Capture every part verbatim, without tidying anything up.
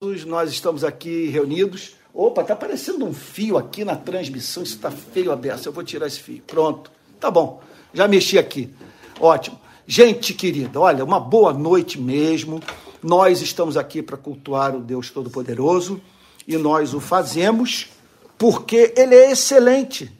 Nós estamos aqui reunidos. Opa, tá aparecendo um fio aqui na transmissão, isso está feio aberto. Eu vou tirar esse fio. Pronto. Tá bom. Já mexi aqui. Ótimo. Gente querida, olha, uma boa noite mesmo. Nós estamos aqui para cultuar o Deus Todo-Poderoso e nós o fazemos porque Ele é excelente.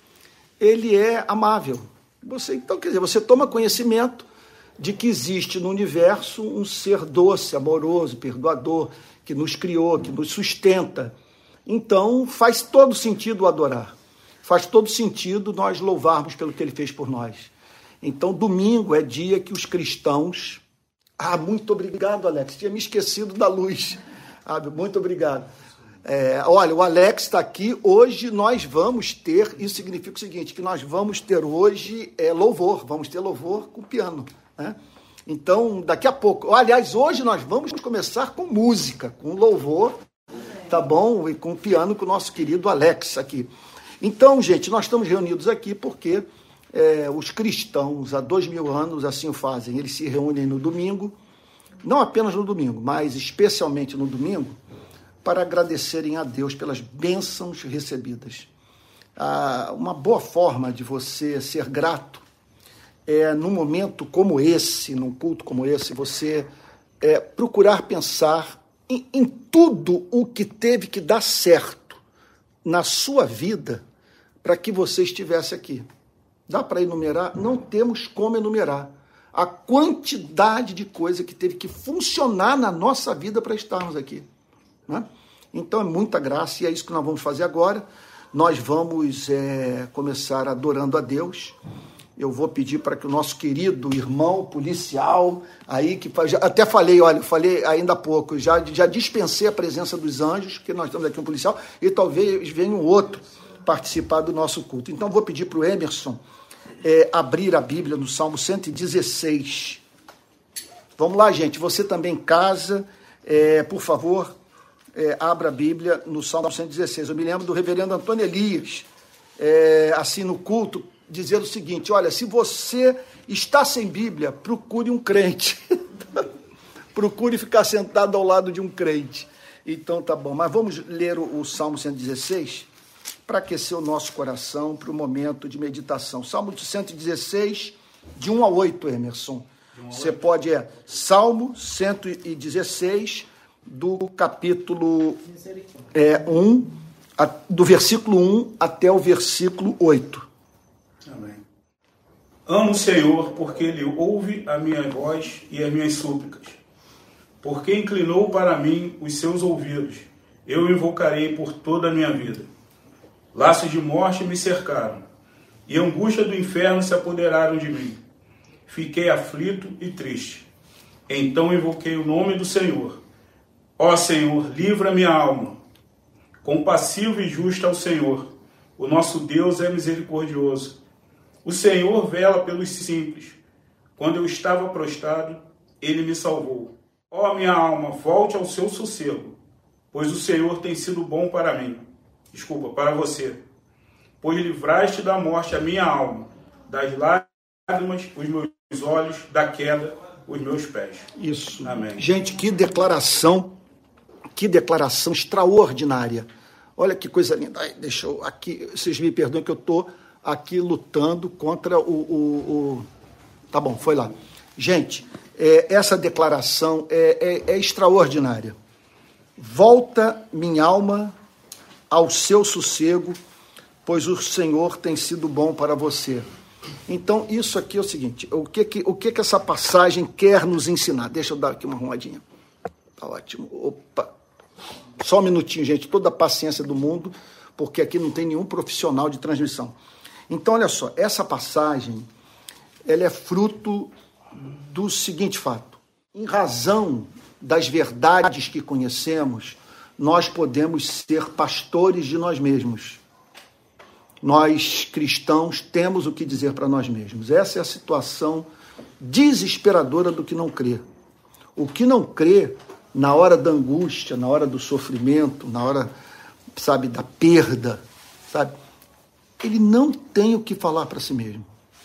Ele é amável. Você, então, quer dizer, você toma conhecimento de que existe no universo um ser doce, amoroso, perdoador, que nos criou, que nos sustenta. Então, faz todo sentido o adorar. Faz todo sentido nós louvarmos pelo que Ele fez por nós. Então, domingo é dia que os cristãos... Ah, muito obrigado, Alex. Tinha me esquecido da luz. Ah, muito obrigado. É, olha, o Alex está aqui. Hoje nós vamos ter... Isso significa o seguinte, que nós vamos ter hoje é, louvor. Vamos ter louvor com piano, né? Então, daqui a pouco... Aliás, hoje nós vamos começar com música, com louvor, tá bom? E com piano com o nosso querido Alex aqui. Então, gente, nós estamos reunidos aqui porque é, os cristãos, há dois mil anos, assim o fazem. Eles se reúnem no domingo, não apenas no domingo, mas especialmente no domingo, para agradecerem a Deus pelas bênçãos recebidas. Ah, uma boa forma de você ser grato é, num momento como esse, num culto como esse, você é, procurar pensar em, em tudo o que teve que dar certo na sua vida para que você estivesse aqui. Dá para enumerar? Não temos como enumerar a quantidade de coisa que teve que funcionar na nossa vida para estarmos aqui, né? Então é muita graça e é isso que nós vamos fazer agora. Nós vamos é, começar adorando a Deus. Eu vou pedir para que o nosso querido irmão policial, aí que faz, até falei, olha, falei ainda há pouco, já, já dispensei a presença dos anjos, porque nós temos aqui um policial, e talvez venha um outro participar do nosso culto. Então vou pedir para o Emerson é, abrir a Bíblia no Salmo cento e dezesseis. Vamos lá, gente, você também em casa, é, por favor, é, abra a Bíblia no Salmo cento e dezesseis. Eu me lembro do reverendo Antônio Elias, é, assim no culto, dizer o seguinte, olha, se você está sem Bíblia, procure um crente. Procure ficar sentado ao lado de um crente. Então tá bom, mas vamos ler o, o Salmo cento e dezesseis para aquecer o nosso coração para o momento de meditação. Salmo cento e dezesseis, de um a oito, Emerson. Você pode, é, Salmo cento e dezesseis, do capítulo é, um, a, do versículo um até o versículo oito. Amém. Amo o Senhor, porque Ele ouve a minha voz e as minhas súplicas. Porque inclinou para mim os seus ouvidos. Eu o invocarei por toda a minha vida. Laços de morte me cercaram, e a angústia do inferno se apoderaram de mim. Fiquei aflito e triste. Então invoquei o nome do Senhor. Ó Senhor, livra minha alma. Compassivo e justo é o Senhor. O nosso Deus é misericordioso. O Senhor vela pelos simples. Quando eu estava prostrado, Ele me salvou. Ó minha alma, volte ao seu sossego, pois o Senhor tem sido bom para mim. Desculpa, para você. Pois livraste da morte a minha alma, das lágrimas, os meus olhos, da queda, os meus pés. Isso. Amém. Gente, que declaração, que declaração extraordinária. Olha que coisa linda. Ai, deixa eu aqui, vocês me perdoem que eu estou aqui lutando contra o, o, o... Tá bom, foi lá. Gente, é, essa declaração é, é, é extraordinária. Volta minha alma ao seu sossego, pois o Senhor tem sido bom para você. Então, isso aqui é o seguinte, o que que, o que, que essa passagem quer nos ensinar? Deixa eu dar aqui uma arrumadinha. Tá ótimo. Opa. Só um minutinho, gente, toda a paciência do mundo, porque aqui não tem nenhum profissional de transmissão. Então, olha só, essa passagem, ela é fruto do seguinte fato. Em razão das verdades que conhecemos, nós podemos ser pastores de nós mesmos. Nós, cristãos, temos o que dizer para nós mesmos. Essa é a situação desesperadora do que não crê. O que não crê, na hora da angústia, na hora do sofrimento, na hora, sabe, da perda, sabe, ele não tem o que falar para si mesmo.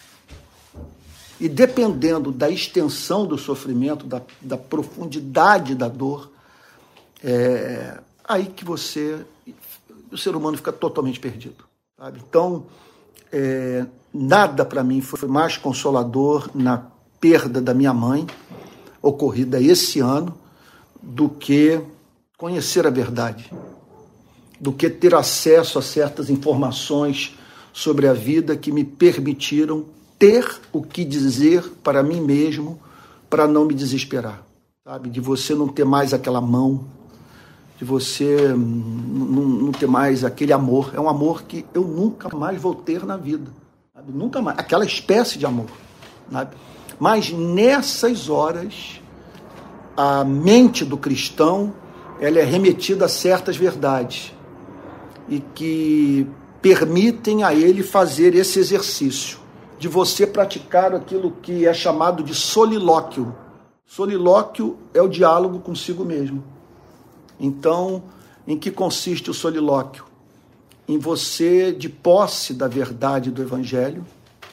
E dependendo da extensão do sofrimento, da, da profundidade da dor, é aí que você, o ser humano fica totalmente perdido, sabe? Então, é, nada para mim foi mais consolador na perda da minha mãe, ocorrida esse ano, do que conhecer a verdade, do que ter acesso a certas informações sobre a vida que me permitiram ter o que dizer para mim mesmo, para não me desesperar, sabe? De você não ter mais aquela mão, de você não, não ter mais aquele amor. É um amor que eu nunca mais vou ter na vida, sabe? Nunca mais, aquela espécie de amor, sabe? Mas nessas horas, a mente do cristão, ela é remetida a certas verdades e que permitem a ele fazer esse exercício de você praticar aquilo que é chamado de solilóquio. Solilóquio é o diálogo consigo mesmo. Então, em que consiste o solilóquio? Em você, de posse da verdade do Evangelho,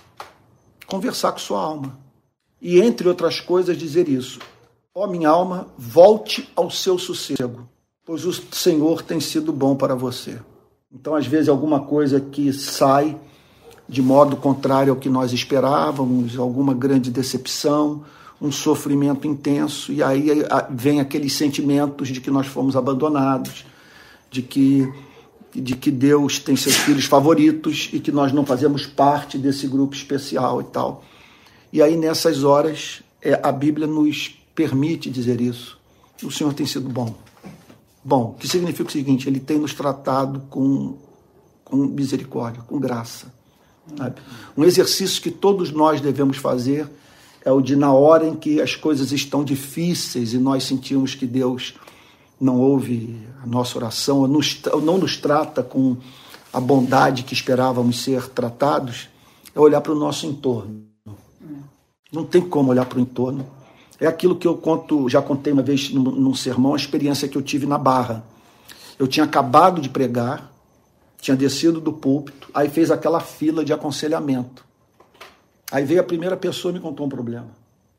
conversar com sua alma. E, entre outras coisas, dizer isso: ó minha alma, volte ao seu sossego, pois o Senhor tem sido bom para você. Então, às vezes, alguma coisa que sai de modo contrário ao que nós esperávamos, alguma grande decepção, um sofrimento intenso, e aí vem aqueles sentimentos de que nós fomos abandonados, de que, de que Deus tem seus filhos favoritos e que nós não fazemos parte desse grupo especial e tal. E aí, nessas horas, é, a Bíblia nos permite dizer isso. O Senhor tem sido bom. Bom, que significa o seguinte: Ele tem nos tratado com, com misericórdia, com graça. Sabe? Um exercício que todos nós devemos fazer é o de, na hora em que as coisas estão difíceis e nós sentimos que Deus não ouve a nossa oração, ou, nos, ou não nos trata com a bondade que esperávamos ser tratados, é olhar para o nosso entorno. Não tem como olhar para o entorno. É aquilo que eu conto, já contei uma vez num, num sermão, a experiência que eu tive na Barra. Eu tinha acabado de pregar, tinha descido do púlpito, aí fez aquela fila de aconselhamento. Aí veio a primeira pessoa e me contou um problema.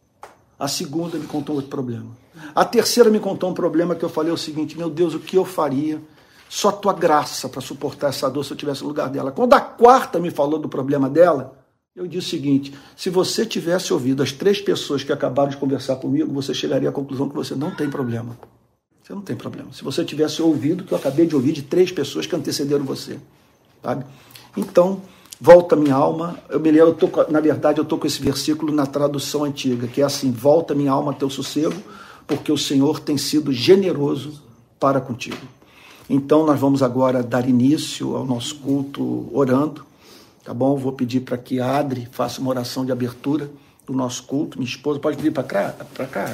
A segunda me contou outro problema. A terceira me contou um problema que eu falei o seguinte: meu Deus, o que eu faria? Só a tua graça para suportar essa dor se eu tivesse no lugar dela. Quando a quarta me falou do problema dela, eu disse o seguinte: se você tivesse ouvido as três pessoas que acabaram de conversar comigo, você chegaria à conclusão que você não tem problema. Você não tem problema. Se você tivesse ouvido o que eu acabei de ouvir de três pessoas que antecederam você. Sabe? Então, volta minha alma. Eu me lembro, eu tô, na verdade, eu estou com esse versículo na tradução antiga, que é assim: volta minha alma a teu sossego, porque o Senhor tem sido generoso para contigo. Então, nós vamos agora dar início ao nosso culto orando. Tá bom? Vou pedir para que a Adri faça uma oração de abertura do nosso culto. Minha esposa pode vir para cá, para cá.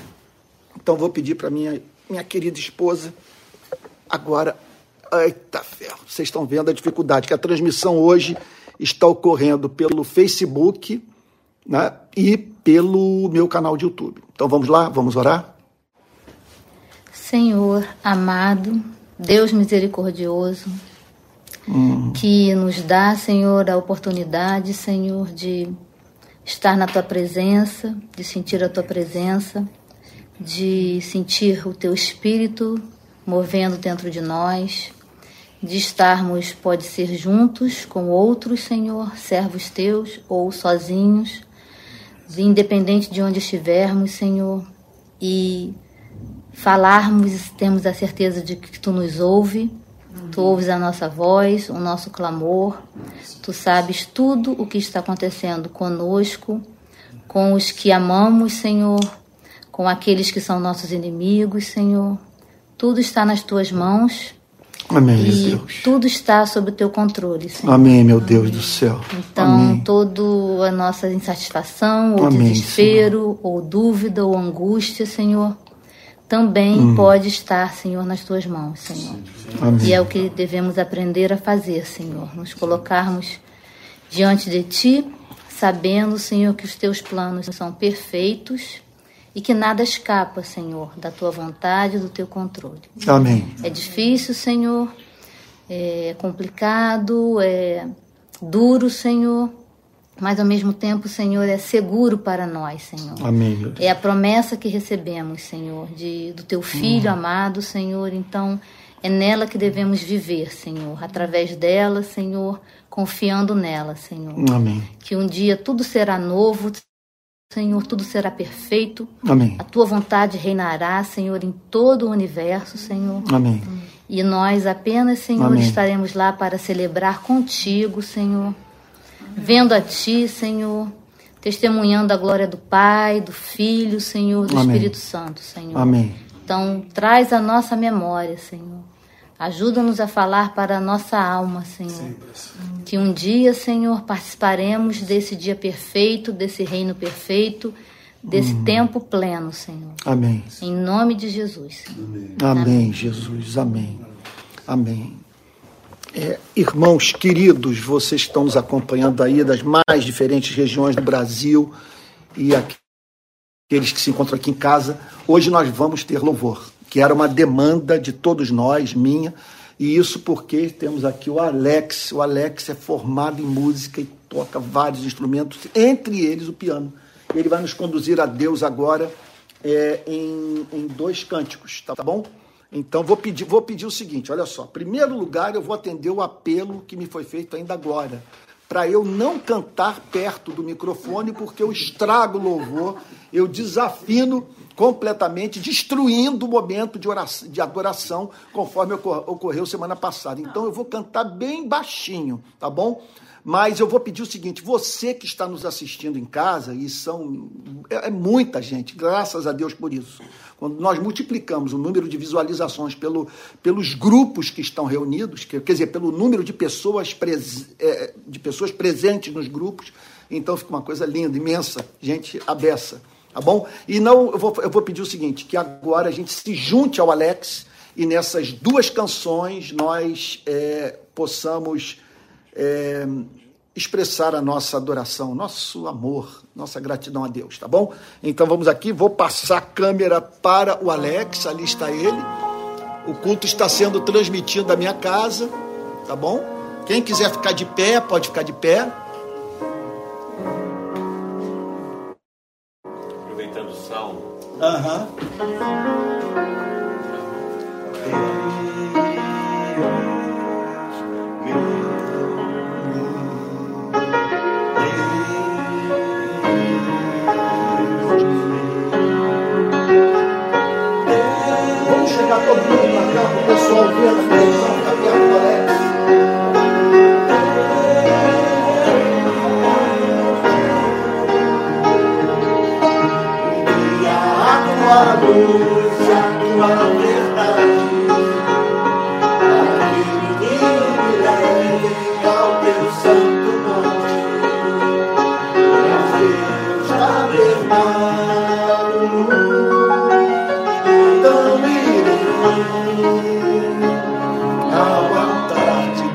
Então vou pedir para minha minha querida esposa agora. Eita ferro! Vocês estão vendo a dificuldade que a transmissão hoje está ocorrendo pelo Facebook, né, e pelo meu canal de YouTube. Então vamos lá, vamos orar. Senhor amado, Deus misericordioso, Hum. que nos dá, Senhor, a oportunidade, Senhor, de estar na Tua presença, de sentir a Tua presença, de sentir o Teu Espírito movendo dentro de nós, de estarmos, pode ser juntos com outros, Senhor, servos Teus, ou sozinhos, de, independente de onde estivermos, Senhor, e falarmos, temos a certeza de que Tu nos ouve. Tu ouves a nossa voz, o nosso clamor. Tu sabes tudo o que está acontecendo conosco, com os que amamos, Senhor, com aqueles que são nossos inimigos, Senhor. Tudo está nas Tuas mãos. Amém, e meu Deus. Tudo está sob o Teu controle, Senhor. Amém, meu Deus do céu. Então, Amém. toda a nossa insatisfação, ou Amém, desespero, Senhor. ou dúvida, ou angústia, Senhor, também hum. pode estar, Senhor, nas Tuas mãos, Senhor. Amém. E é o que devemos aprender a fazer, Senhor. Nos colocarmos diante de Ti, sabendo, Senhor, que os Teus planos são perfeitos e que nada escapa, Senhor, da Tua vontade e do Teu controle. Amém. É difícil, Senhor, é complicado, é duro, Senhor, mas ao mesmo tempo, Senhor, é seguro para nós, Senhor. Amém, meu Deus. É a promessa que recebemos, Senhor, de, do Teu Filho hum. amado, Senhor. Então, é nela que devemos viver, Senhor. Através dela, Senhor, confiando nela, Senhor. Amém. Que um dia tudo será novo, Senhor, tudo será perfeito. Amém. A Tua vontade reinará, Senhor, em todo o universo, Senhor. Amém. E nós apenas, Senhor, Amém. estaremos lá para celebrar contigo, Senhor. Vendo a Ti, Senhor, testemunhando a glória do Pai, do Filho, Senhor, do Amém. Espírito Santo, Senhor. Amém. Então, traz a nossa memória, Senhor. Ajuda-nos a falar para a nossa alma, Senhor. Sim, que um dia, Senhor, participaremos desse dia perfeito, desse reino perfeito, desse hum. tempo pleno, Senhor. Amém. Em nome de Jesus. Amém, Amém. Amém. Jesus. Amém. Amém. É, irmãos queridos, vocês estão nos acompanhando aí das mais diferentes regiões do Brasil e aqueles que se encontram aqui em casa. Hoje nós vamos ter louvor, que era uma demanda de todos nós, minha, e isso porque temos aqui o Alex. O Alex é formado em música e toca vários instrumentos, entre eles o piano. Ele vai nos conduzir a Deus agora é, em, em dois cânticos, tá bom? Então, vou pedir, vou pedir o seguinte, olha só. Em primeiro lugar, eu vou atender o apelo que me foi feito ainda agora, para eu não cantar perto do microfone, porque eu estrago o louvor, eu desafino completamente, destruindo o momento de, oração, de adoração, conforme ocorreu semana passada. Então, eu vou cantar bem baixinho, tá bom? Mas eu vou pedir o seguinte, você que está nos assistindo em casa, e são é muita gente, graças a Deus por isso. Quando nós multiplicamos o número de visualizações pelo, pelos grupos que estão reunidos, que, quer dizer, pelo número de pessoas, pres, é, de pessoas presentes nos grupos, então fica uma coisa linda, imensa, gente à beça, tá bom? E não, eu vou, eu vou pedir o seguinte, que agora a gente se junte ao Alex e nessas duas canções nós é, possamos é, expressar a nossa adoração, nosso amor, nossa gratidão a Deus, tá bom? Então vamos aqui, vou passar a câmera para o Alex, ali está ele. O culto está sendo transmitido da minha casa, tá bom? Quem quiser ficar de pé, pode ficar de pé. Aproveitando o salmo. Aham. Todo mundo pra cá, para o pessoal ver a televisão, ficar perto do Alex. E a tua luz, a tua verdade, aquele que me leve ao teu santo monte, e Deus tabernáculo. Ao altar de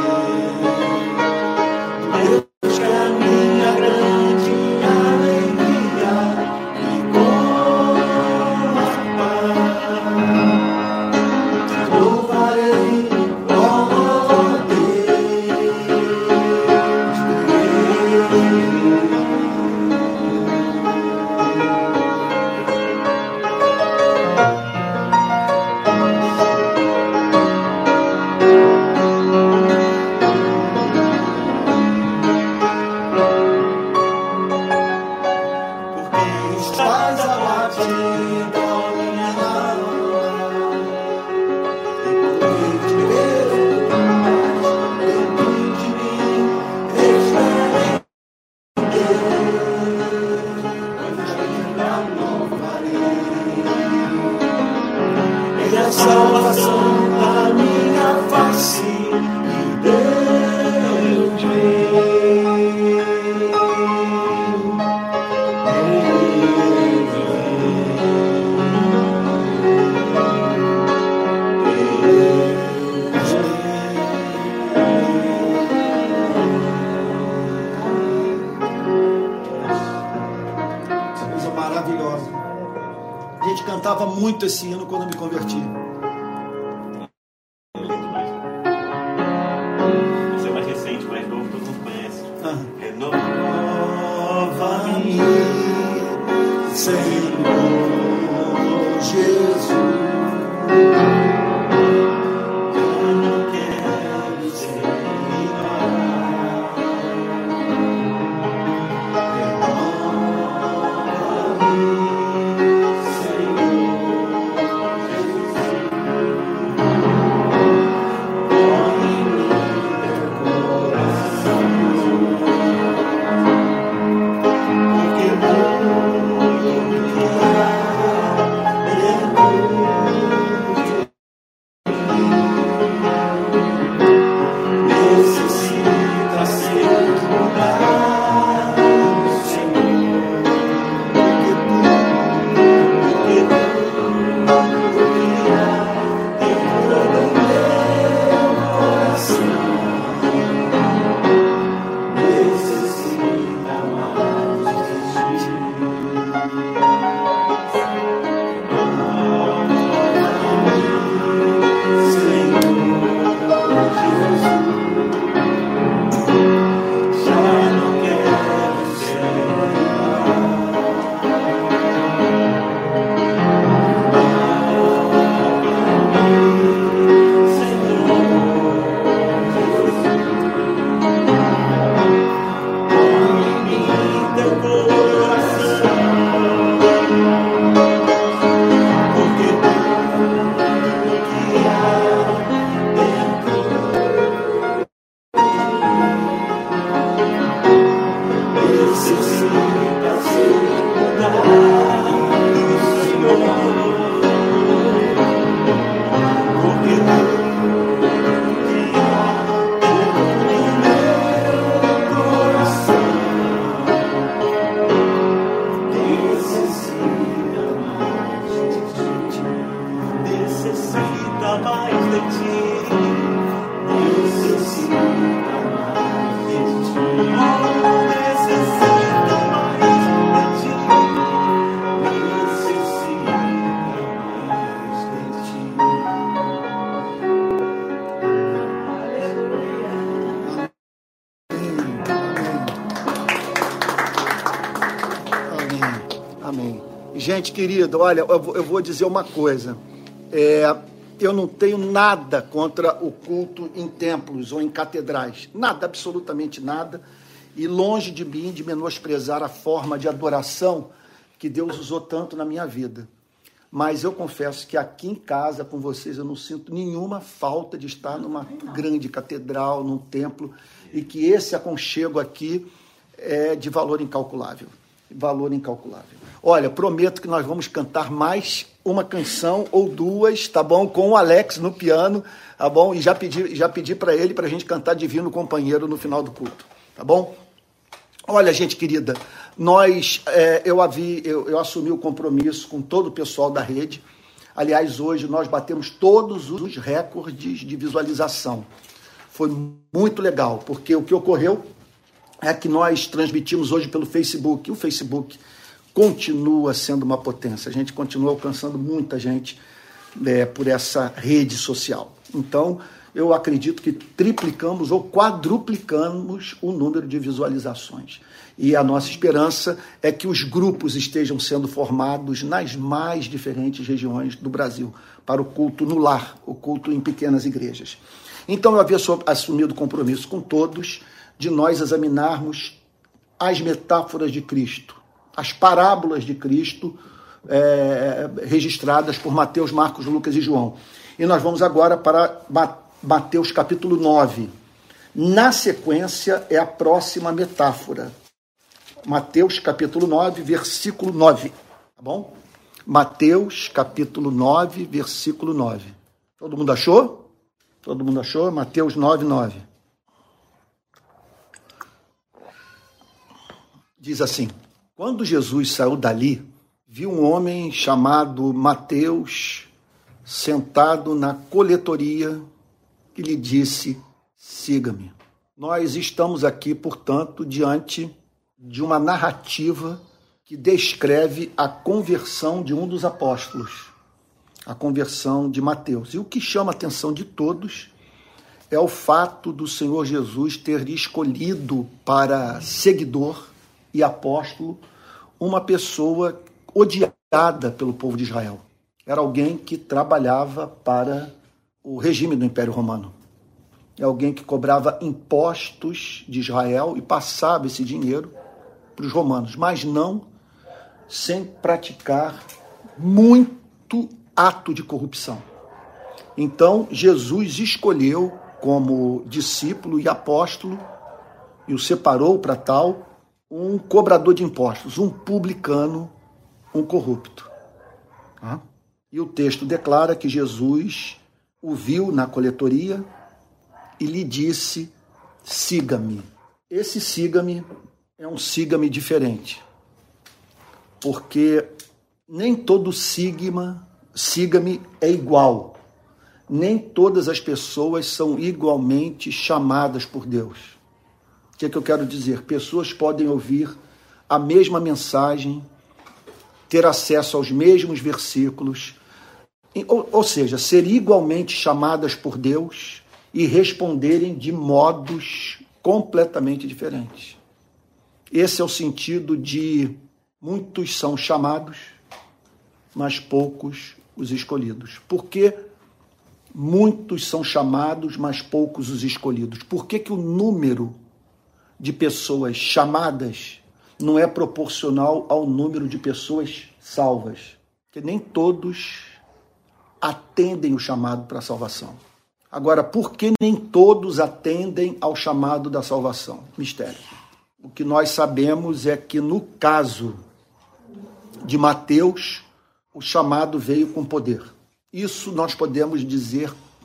Deus, Deus que é a minha grande alegria e com a paz louvarei, oh Deus, muito esse hino quando eu me converti. Esse é mais recente, mais novo, todo mundo conhece. Ah. Renova. Gente querida, olha, eu vou dizer uma coisa. É, eu não tenho nada contra o culto em templos ou em catedrais. Nada, absolutamente nada. E longe de mim de menosprezar a forma de adoração que Deus usou tanto na minha vida. Mas eu confesso que aqui em casa, com vocês, eu não sinto nenhuma falta de estar numa grande catedral, num templo, e que esse aconchego aqui é de valor incalculável. Valor incalculável. Olha, prometo que nós vamos cantar mais uma canção ou duas, tá bom? Com o Alex no piano, tá bom? E já pedi, já pedi para ele para a gente cantar Divino Companheiro no final do culto, tá bom? Olha, gente querida, nós, é, eu, havi, eu, eu assumi o compromisso com todo o pessoal da rede. Aliás, hoje nós batemos todos os recordes de visualização. Foi muito legal, porque o que ocorreu é que nós transmitimos hoje pelo Facebook. O Facebook continua sendo uma potência. A gente continua alcançando muita gente é, por essa rede social. Então, eu acredito que triplicamos ou quadruplicamos o número de visualizações. E a nossa esperança é que os grupos estejam sendo formados nas mais diferentes regiões do Brasil, para o culto no lar, o culto em pequenas igrejas. Então, eu havia assumido o compromisso com todos de nós examinarmos as metáforas de Cristo, as parábolas de Cristo é, registradas por Mateus, Marcos, Lucas e João. E nós vamos agora para Mateus capítulo nove. Na sequência é a próxima metáfora. Mateus capítulo nove, versículo nove. Tá bom? Mateus capítulo nove, versículo nove. Todo mundo achou? Todo mundo achou? Mateus nove, nove. Diz assim: quando Jesus saiu dali, viu um homem chamado Mateus sentado na coletoria e lhe disse: siga-me. Nós estamos aqui, portanto, diante de uma narrativa que descreve a conversão de um dos apóstolos, a conversão de Mateus. E o que chama a atenção de todos é o fato do Senhor Jesus ter escolhido para seguidor e apóstolo uma pessoa odiada pelo povo de Israel. Era alguém que trabalhava para o regime do Império Romano. É alguém que cobrava impostos de Israel e passava esse dinheiro para os romanos, mas não sem praticar muito ato de corrupção. Então, Jesus escolheu como discípulo e apóstolo, e o separou para tal, um cobrador de impostos, um publicano, um corrupto. E o texto declara que Jesus o viu na coletoria e lhe disse: siga-me. Esse siga-me é um siga-me diferente, porque nem todo sigma, siga-me é igual. Nem todas as pessoas são igualmente chamadas por Deus. O que é que eu quero dizer? Pessoas podem ouvir a mesma mensagem, ter acesso aos mesmos versículos, ou, ou seja, ser igualmente chamadas por Deus e responderem de modos completamente diferentes. Esse é o sentido de muitos são chamados, mas poucos os escolhidos. Por que muitos são chamados, mas poucos os escolhidos? Por que que o número de pessoas chamadas não é proporcional ao número de pessoas salvas? Porque nem todos atendem o chamado para a salvação. Agora, por que nem todos atendem ao chamado da salvação? Mistério. O que nós sabemos é que no caso de Mateus, o chamado veio com poder. Isso nós podemos dizer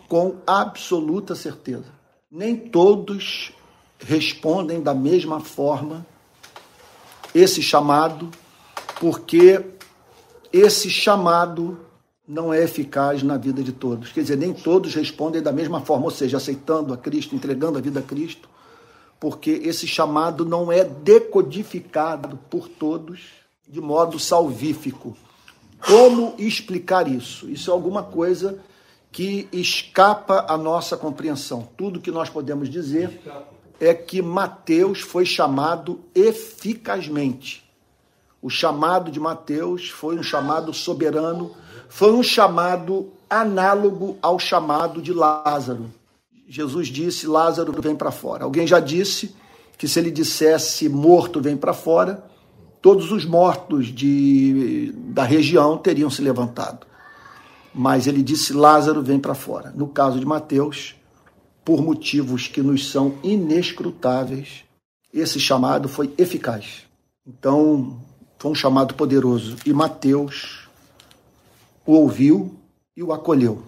com absoluta certeza. Nem todos respondem da mesma forma esse chamado, porque esse chamado não é eficaz na vida de todos. Quer dizer, nem todos respondem da mesma forma, ou seja, aceitando a Cristo, entregando a vida a Cristo, porque esse chamado não é decodificado por todos de modo salvífico. Como explicar isso? Isso é alguma coisa que escapa à nossa compreensão. Tudo que nós podemos dizer é que Mateus foi chamado eficazmente. O chamado de Mateus foi um chamado soberano, foi um chamado análogo ao chamado de Lázaro. Jesus disse, Lázaro, vem para fora. Alguém já disse que se ele dissesse morto, vem para fora, todos os mortos de, da região teriam se levantado. Mas ele disse, Lázaro, vem para fora. No caso de Mateus, por motivos que nos são inescrutáveis, esse chamado foi eficaz. Então, foi um chamado poderoso. E Mateus o ouviu e o acolheu.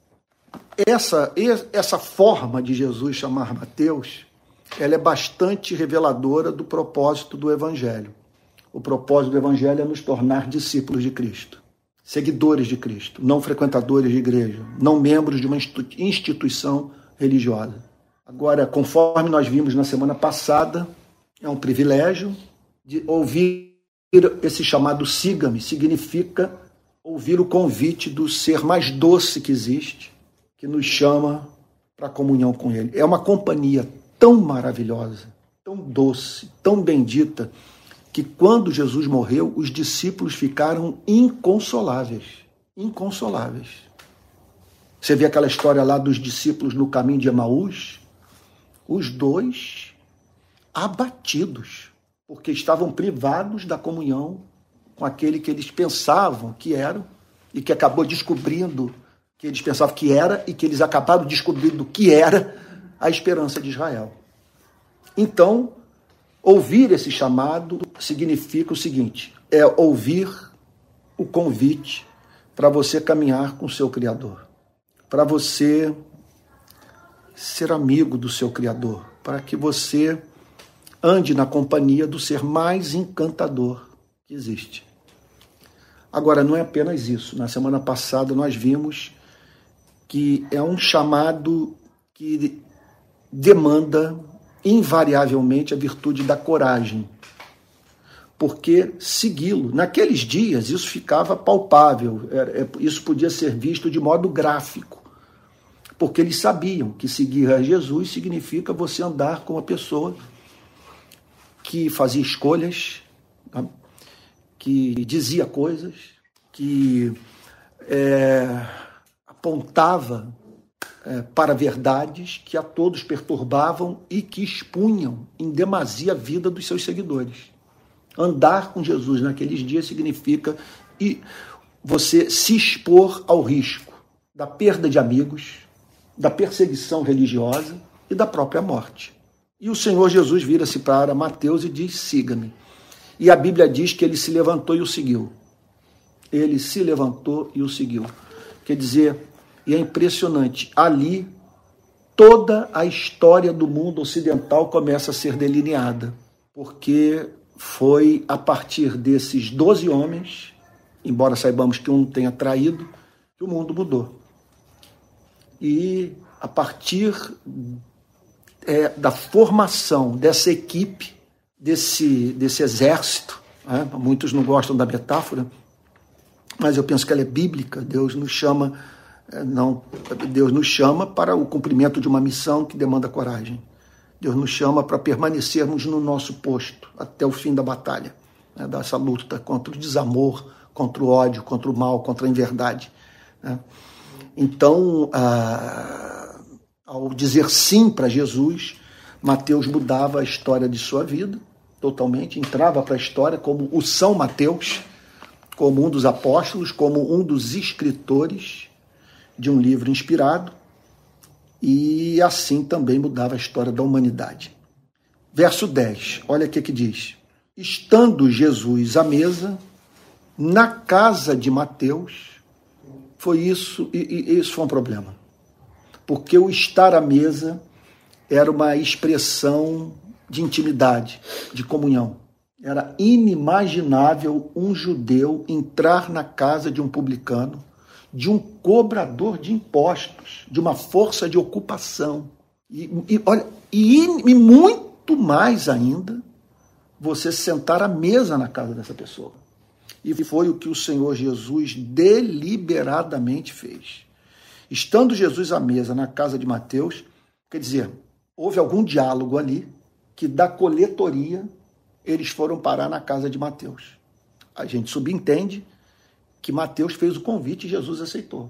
Essa, essa forma de Jesus chamar Mateus, ela é bastante reveladora do propósito do Evangelho. O propósito do Evangelho é nos tornar discípulos de Cristo, seguidores de Cristo, não frequentadores de igreja, não membros de uma instituição religiosa. Agora, conforme nós vimos na semana passada, é um privilégio de ouvir esse chamado siga-me, significa ouvir o convite do ser mais doce que existe, que nos chama para a comunhão com Ele. É uma companhia tão maravilhosa, tão doce, tão bendita, que quando Jesus morreu, os discípulos ficaram inconsoláveis. Inconsoláveis. Você vê aquela história lá dos discípulos no caminho de Emaús? Os dois abatidos, porque estavam privados da comunhão com aquele que eles pensavam que eram e que acabou descobrindo que eles pensavam que era e que eles acabaram descobrindo que era a esperança de Israel. Então, ouvir esse chamado significa o seguinte, é ouvir o convite para você caminhar com o seu Criador, para você ser amigo do seu Criador, para que você ande na companhia do ser mais encantador que existe. Agora, não é apenas isso. Na semana passada nós vimos que é um chamado que demanda invariavelmente a virtude da coragem, porque segui-lo, naqueles dias isso ficava palpável, isso podia ser visto de modo gráfico, porque eles sabiam que seguir a Jesus significa você andar com uma pessoa que fazia escolhas, que dizia coisas, que é, apontava é, para verdades que a todos perturbavam e que expunham em demasia a vida dos seus seguidores. Andar com Jesus naqueles dias significa e você se expor ao risco da perda de amigos, da perseguição religiosa e da própria morte. E o Senhor Jesus vira-se para Mateus e diz, siga-me. E a Bíblia diz que ele se levantou e o seguiu. Ele se levantou e o seguiu. Quer dizer, e é impressionante, ali toda a história do mundo ocidental começa a ser delineada, porque foi a partir desses doze homens, embora saibamos que um tenha traído, que o mundo mudou. E a partir é, da formação dessa equipe, desse, desse exército, né? Muitos não gostam da metáfora, mas eu penso que ela é bíblica. Deus nos chama, não, Deus nos chama para o cumprimento de uma missão que demanda coragem. Deus nos chama para permanecermos no nosso posto até o fim da batalha, né? Dessa luta contra o desamor, contra o ódio, contra o mal, contra a inverdade, né? Então, ah, ao dizer sim para Jesus, Mateus mudava a história de sua vida totalmente, entrava para a história como o São Mateus, como um dos apóstolos, como um dos escritores de um livro inspirado, e assim também mudava a história da humanidade. Verso dez, olha o que que diz. Estando Jesus à mesa, na casa de Mateus, foi isso, e, e isso foi um problema. porque o estar à mesa era uma expressão de intimidade, de comunhão. Era inimaginável um judeu entrar na casa de um publicano, de um cobrador de impostos, de uma força de ocupação. E, e, olha, e, e muito mais ainda, você sentar à mesa na casa dessa pessoa. E foi o que o Senhor Jesus deliberadamente fez. Estando Jesus à mesa na casa de Mateus, quer dizer, houve algum diálogo ali que da coletoria eles foram parar na casa de Mateus. A gente subentende que Mateus fez o convite e Jesus aceitou.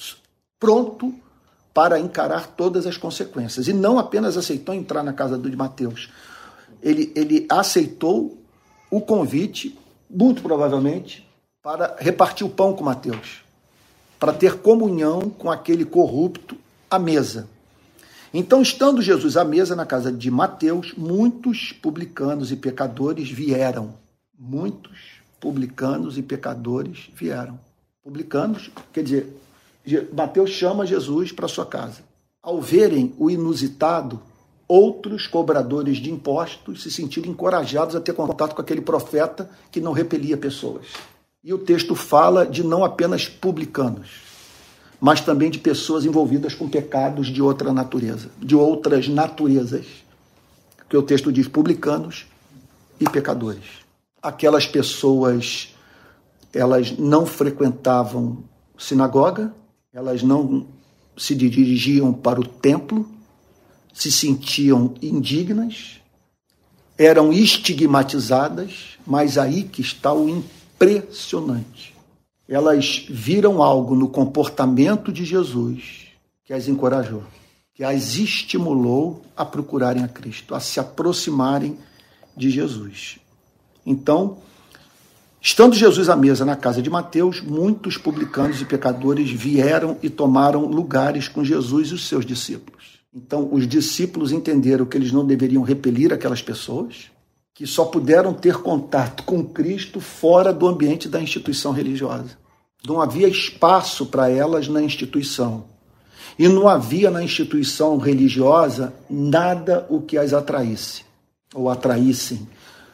Pronto para encarar todas as consequências. E não apenas aceitou entrar na casa de Mateus. Ele, ele aceitou o convite, muito provavelmente, para repartir o pão com Mateus, para ter comunhão com aquele corrupto à mesa. Então, estando Jesus à mesa na casa de Mateus, muitos publicanos e pecadores vieram. Muitos publicanos e pecadores vieram. Publicanos, quer dizer, Mateus chama Jesus para sua casa. Ao verem o inusitado, outros cobradores de impostos se sentiram encorajados a ter contato com aquele profeta que não repelia pessoas. E o texto fala de não apenas publicanos, mas também de pessoas envolvidas com pecados de outra natureza, de outras naturezas. Porque o texto diz publicanos e pecadores. Aquelas pessoas, elas não frequentavam sinagoga, elas não se dirigiam para o templo, se sentiam indignas, eram estigmatizadas, mas aí que está o impressionante. Elas viram algo no comportamento de Jesus que as encorajou, que as estimulou a procurarem a Cristo, a se aproximarem de Jesus. Então, estando Jesus à mesa na casa de Mateus, muitos publicanos e pecadores vieram e tomaram lugares com Jesus e os seus discípulos. Então, os discípulos entenderam que eles não deveriam repelir aquelas pessoas, que só puderam ter contato com Cristo fora do ambiente da instituição religiosa. Não havia espaço para elas na instituição. E não havia na instituição religiosa nada o que as atraísse, ou atraíssem.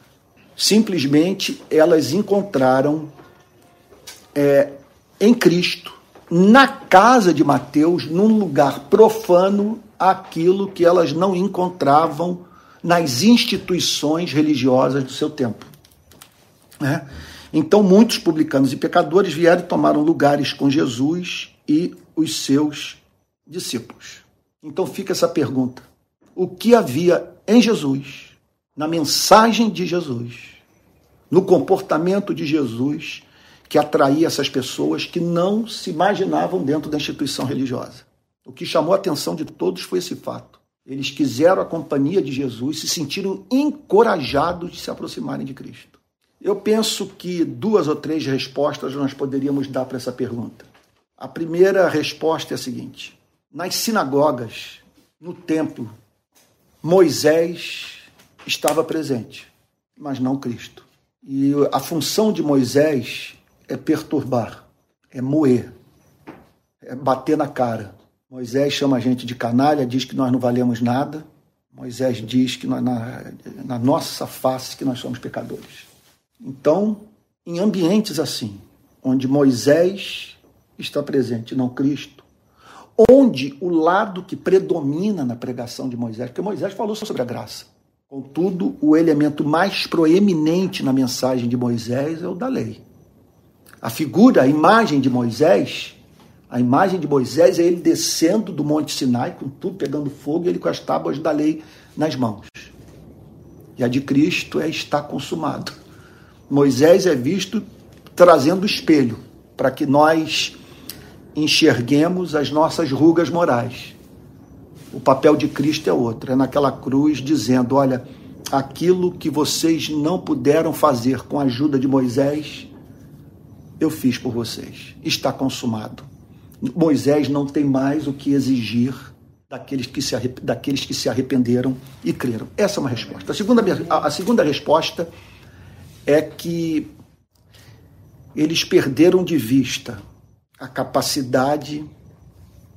Simplesmente elas encontraram é, em Cristo, na casa de Mateus, num lugar profano, aquilo que elas não encontravam nas instituições religiosas do seu tempo. Né? Então, muitos publicanos e pecadores vieram e tomaram lugares com Jesus e os seus discípulos. Então, fica essa pergunta. O que havia em Jesus, na mensagem de Jesus, no comportamento de Jesus, que atraía essas pessoas que não se imaginavam dentro da instituição religiosa? O que chamou a atenção de todos foi esse fato. Eles quiseram a companhia de Jesus, se sentiram encorajados de se aproximarem de Cristo. Eu penso que duas ou três respostas nós poderíamos dar para essa pergunta. A primeira resposta é a seguinte: nas sinagogas, no templo, Moisés estava presente, mas não Cristo. E a função de Moisés é perturbar, é moer, é bater na cara. Moisés chama a gente de canalha, diz que nós não valemos nada. Moisés diz que nós, na, na nossa face que nós somos pecadores. Então, em ambientes assim, onde Moisés está presente, não Cristo, onde o lado que predomina na pregação de Moisés, porque Moisés falou sobre a graça. Contudo, o elemento mais proeminente na mensagem de Moisés é o da lei. A figura, a imagem de Moisés, a imagem de Moisés é ele descendo do Monte Sinai, com tudo pegando fogo, e ele com as tábuas da lei nas mãos. E a de Cristo é estar consumado. Moisés é visto trazendo o espelho, para que nós enxerguemos as nossas rugas morais. O papel de Cristo é outro, é naquela cruz dizendo, olha, aquilo que vocês não puderam fazer com a ajuda de Moisés, eu fiz por vocês, está consumado. Moisés não tem mais o que exigir daqueles que se, arrep- daqueles que se arrependeram e creram. Essa é uma resposta. A segunda, a segunda resposta é que eles perderam de vista a capacidade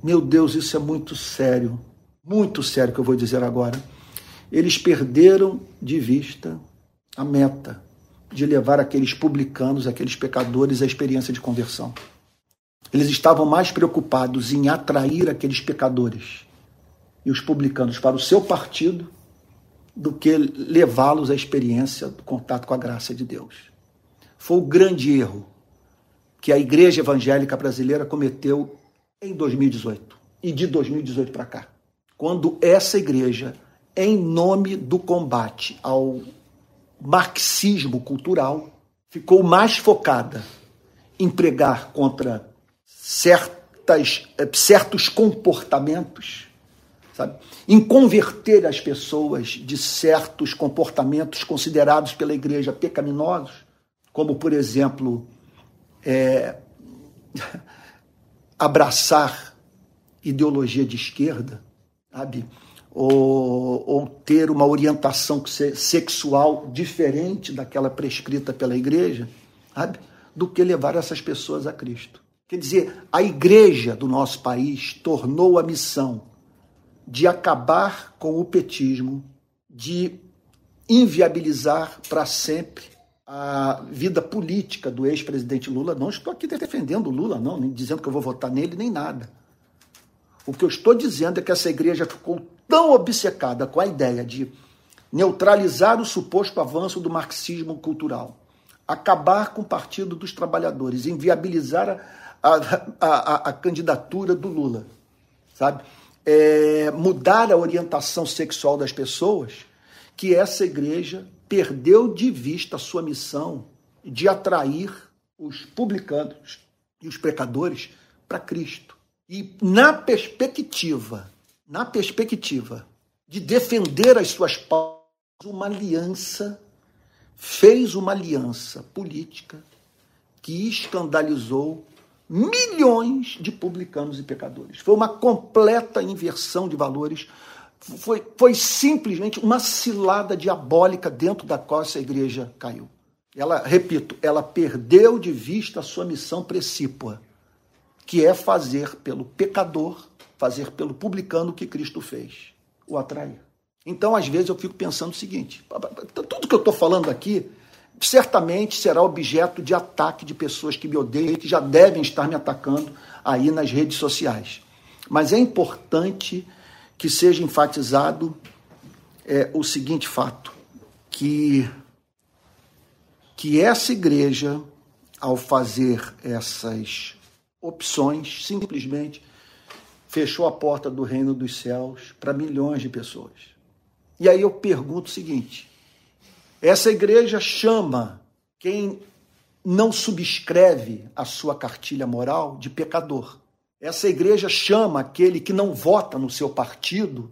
meu Deus, isso é muito sério, muito sério que eu vou dizer agora. Eles perderam de vista a meta de levar aqueles publicanos, aqueles pecadores à experiência de conversão. Eles estavam mais preocupados em atrair aqueles pecadores e os publicanos para o seu partido do que levá-los à experiência do contato com a graça de Deus. Foi o grande erro que a igreja evangélica brasileira cometeu em dois mil e dezoito e de dois mil e dezoito para cá, quando essa igreja, em nome do combate ao marxismo cultural, ficou mais focada em pregar contra certas, certos comportamentos, sabe? Em converter as pessoas de certos comportamentos considerados pela igreja pecaminosos, como, por exemplo, é, abraçar ideologia de esquerda, sabe? Ou, ou ter uma orientação sexual diferente daquela prescrita pela igreja, sabe? Do que levar essas pessoas a Cristo. Quer dizer, a igreja do nosso país tornou a missão de acabar com o petismo, de inviabilizar para sempre a vida política do ex-presidente Lula. Não estou aqui defendendo o Lula, não, nem dizendo que eu vou votar nele, nem nada. O que eu estou dizendo é que essa igreja ficou tão obcecada com a ideia de neutralizar o suposto avanço do marxismo cultural, acabar com o Partido dos Trabalhadores, inviabilizar a, a, a, a candidatura do Lula, sabe? É, mudar a orientação sexual das pessoas, que essa igreja perdeu de vista a sua missão de atrair os publicanos e os pecadores para Cristo. E na perspectiva, na perspectiva de defender as suas pautas, uma aliança, fez uma aliança política que escandalizou milhões de publicanos e pecadores. Foi uma completa inversão de valores, foi, foi simplesmente uma cilada diabólica dentro da qual essa igreja caiu. Ela, repito, ela perdeu de vista a sua missão precípua, que é fazer pelo pecador, fazer pelo publicano o que Cristo fez, o atrair. Então, às vezes, eu fico pensando o seguinte, tudo que eu estou falando aqui, certamente será objeto de ataque de pessoas que me odeiam e que já devem estar me atacando aí nas redes sociais. Mas é importante que seja enfatizado é, o seguinte fato, que, que essa igreja, ao fazer essas opções, simplesmente fechou a porta do reino dos céus para milhões de pessoas. E aí eu pergunto o seguinte, essa igreja chama quem não subscreve a sua cartilha moral de pecador. Essa igreja chama aquele que não vota no seu partido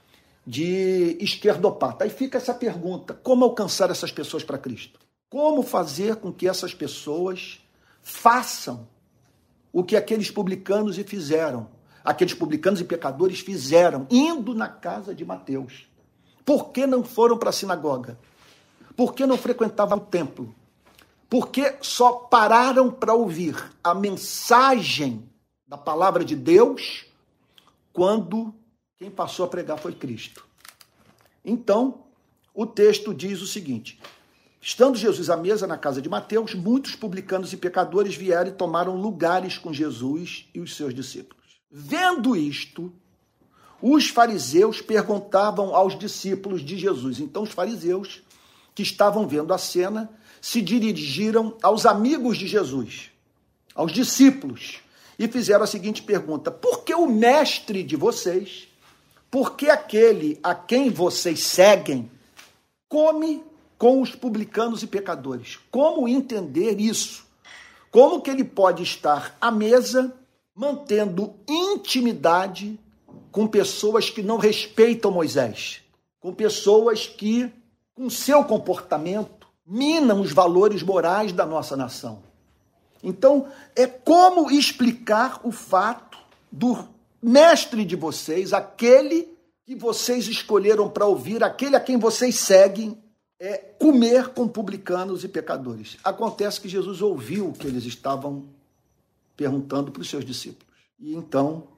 de esquerdopata. Aí fica essa pergunta, como alcançar essas pessoas para Cristo? Como fazer com que essas pessoas façam o que aqueles publicanos e fizeram, aqueles publicanos e pecadores fizeram, indo na casa de Mateus? Por que não foram para a sinagoga? Por que não frequentavam o templo? Por que só pararam para ouvir a mensagem da palavra de Deus quando quem passou a pregar foi Cristo? Então, o texto diz o seguinte, estando Jesus à mesa na casa de Mateus, muitos publicanos e pecadores vieram e tomaram lugares com Jesus e os seus discípulos. Vendo isto, os fariseus perguntavam aos discípulos de Jesus. Então, os fariseus que estavam vendo a cena se dirigiram aos amigos de Jesus, aos discípulos, e fizeram a seguinte pergunta, por que o mestre de vocês, por que aquele a quem vocês seguem, come com os publicanos e pecadores? Como entender isso? Como que ele pode estar à mesa mantendo intimidade com pessoas que não respeitam Moisés, com pessoas que, com seu comportamento, minam os valores morais da nossa nação? Então, é como explicar o fato do mestre de vocês, aquele que vocês escolheram para ouvir, aquele a quem vocês seguem, é comer com publicanos e pecadores. Acontece que Jesus ouviu o que eles estavam perguntando para os seus discípulos. E então,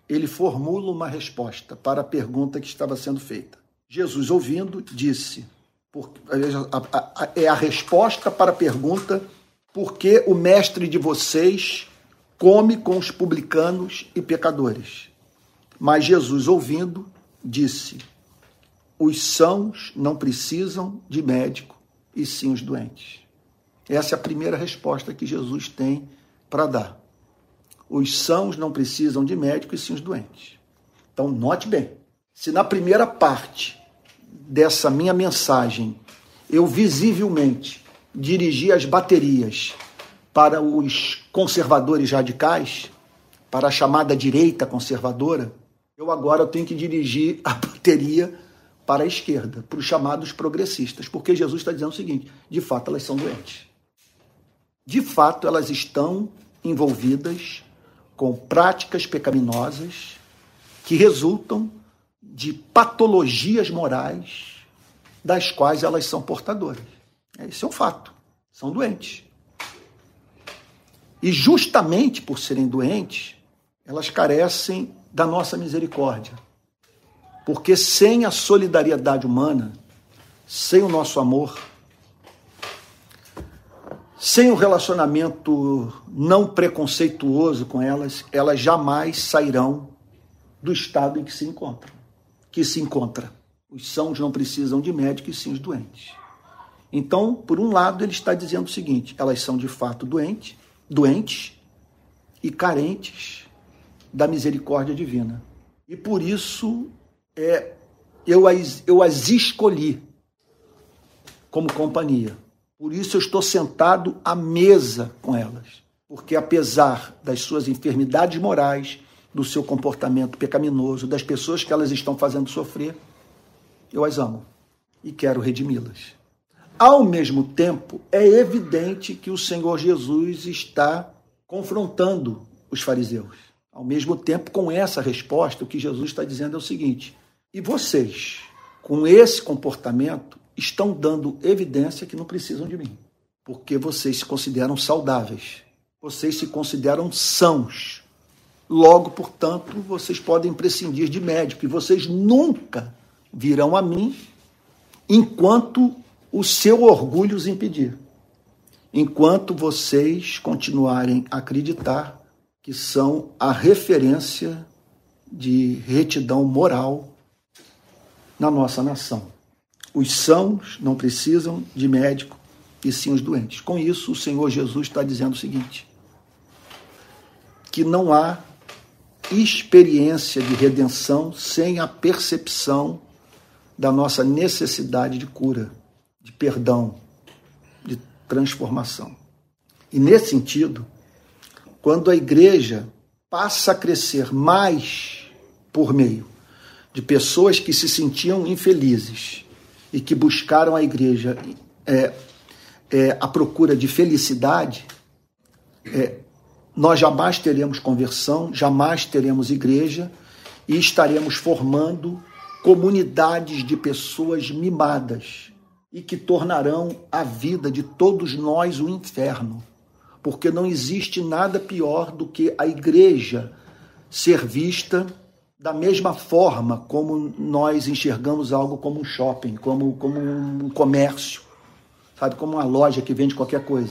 ele formula uma resposta para a pergunta que estava sendo feita. Jesus, ouvindo, disse, por, a, a, a, é a resposta para a pergunta: por que o mestre de vocês come com os publicanos e pecadores? Mas Jesus, ouvindo, disse: os sãos não precisam de médico, e sim os doentes. Essa é a primeira resposta que Jesus tem para dar. Os sãos não precisam de médico, e sim os doentes. Então, note bem, se na primeira parte dessa minha mensagem eu visivelmente dirigi as baterias para os conservadores radicais, para a chamada direita conservadora, eu agora tenho que dirigir a bateria para a esquerda, para os chamados progressistas, porque Jesus está dizendo o seguinte: de fato elas são doentes. De fato elas estão envolvidas com práticas pecaminosas que resultam de patologias morais das quais elas são portadoras. Esse é um fato. São doentes. E justamente por serem doentes, elas carecem da nossa misericórdia. Porque sem a solidariedade humana, sem o nosso amor, sem o relacionamento não preconceituoso com elas, elas jamais sairão do estado em que se encontram. Que se encontra. Os sãos não precisam de médico, e sim os doentes. Então, por um lado, ele está dizendo o seguinte: elas são de fato doentes, doentes e carentes da misericórdia divina. E por isso é, eu, as, eu as escolhi como companhia. Por isso eu estou sentado à mesa com elas. Porque apesar das suas enfermidades morais, do seu comportamento pecaminoso, das pessoas que elas estão fazendo sofrer, eu as amo e quero redimi-las. Ao mesmo tempo, é evidente que o Senhor Jesus está confrontando os fariseus. Ao mesmo tempo, com essa resposta, o que Jesus está dizendo é o seguinte: e vocês, com esse comportamento, estão dando evidência que não precisam de mim, porque vocês se consideram saudáveis, vocês se consideram sãos. Logo, portanto, vocês podem prescindir de médico, e vocês nunca virão a mim enquanto o seu orgulho os impedir. Enquanto vocês continuarem a acreditar que são a referência de retidão moral na nossa nação. Os sãos não precisam de médico, e sim os doentes. Com isso, o Senhor Jesus está dizendo o seguinte: que não há experiência de redenção sem a percepção da nossa necessidade de cura, de perdão, de transformação. E nesse sentido, quando a igreja passa a crescer mais por meio de pessoas que se sentiam infelizes e que buscaram a igreja é, é, à procura de felicidade, é, nós jamais teremos conversão, jamais teremos igreja e estaremos formando comunidades de pessoas mimadas e que tornarão a vida de todos nós um inferno, porque não existe nada pior do que a igreja ser vista da mesma forma como nós enxergamos algo como um shopping, como, como um comércio, sabe, como uma loja que vende qualquer coisa.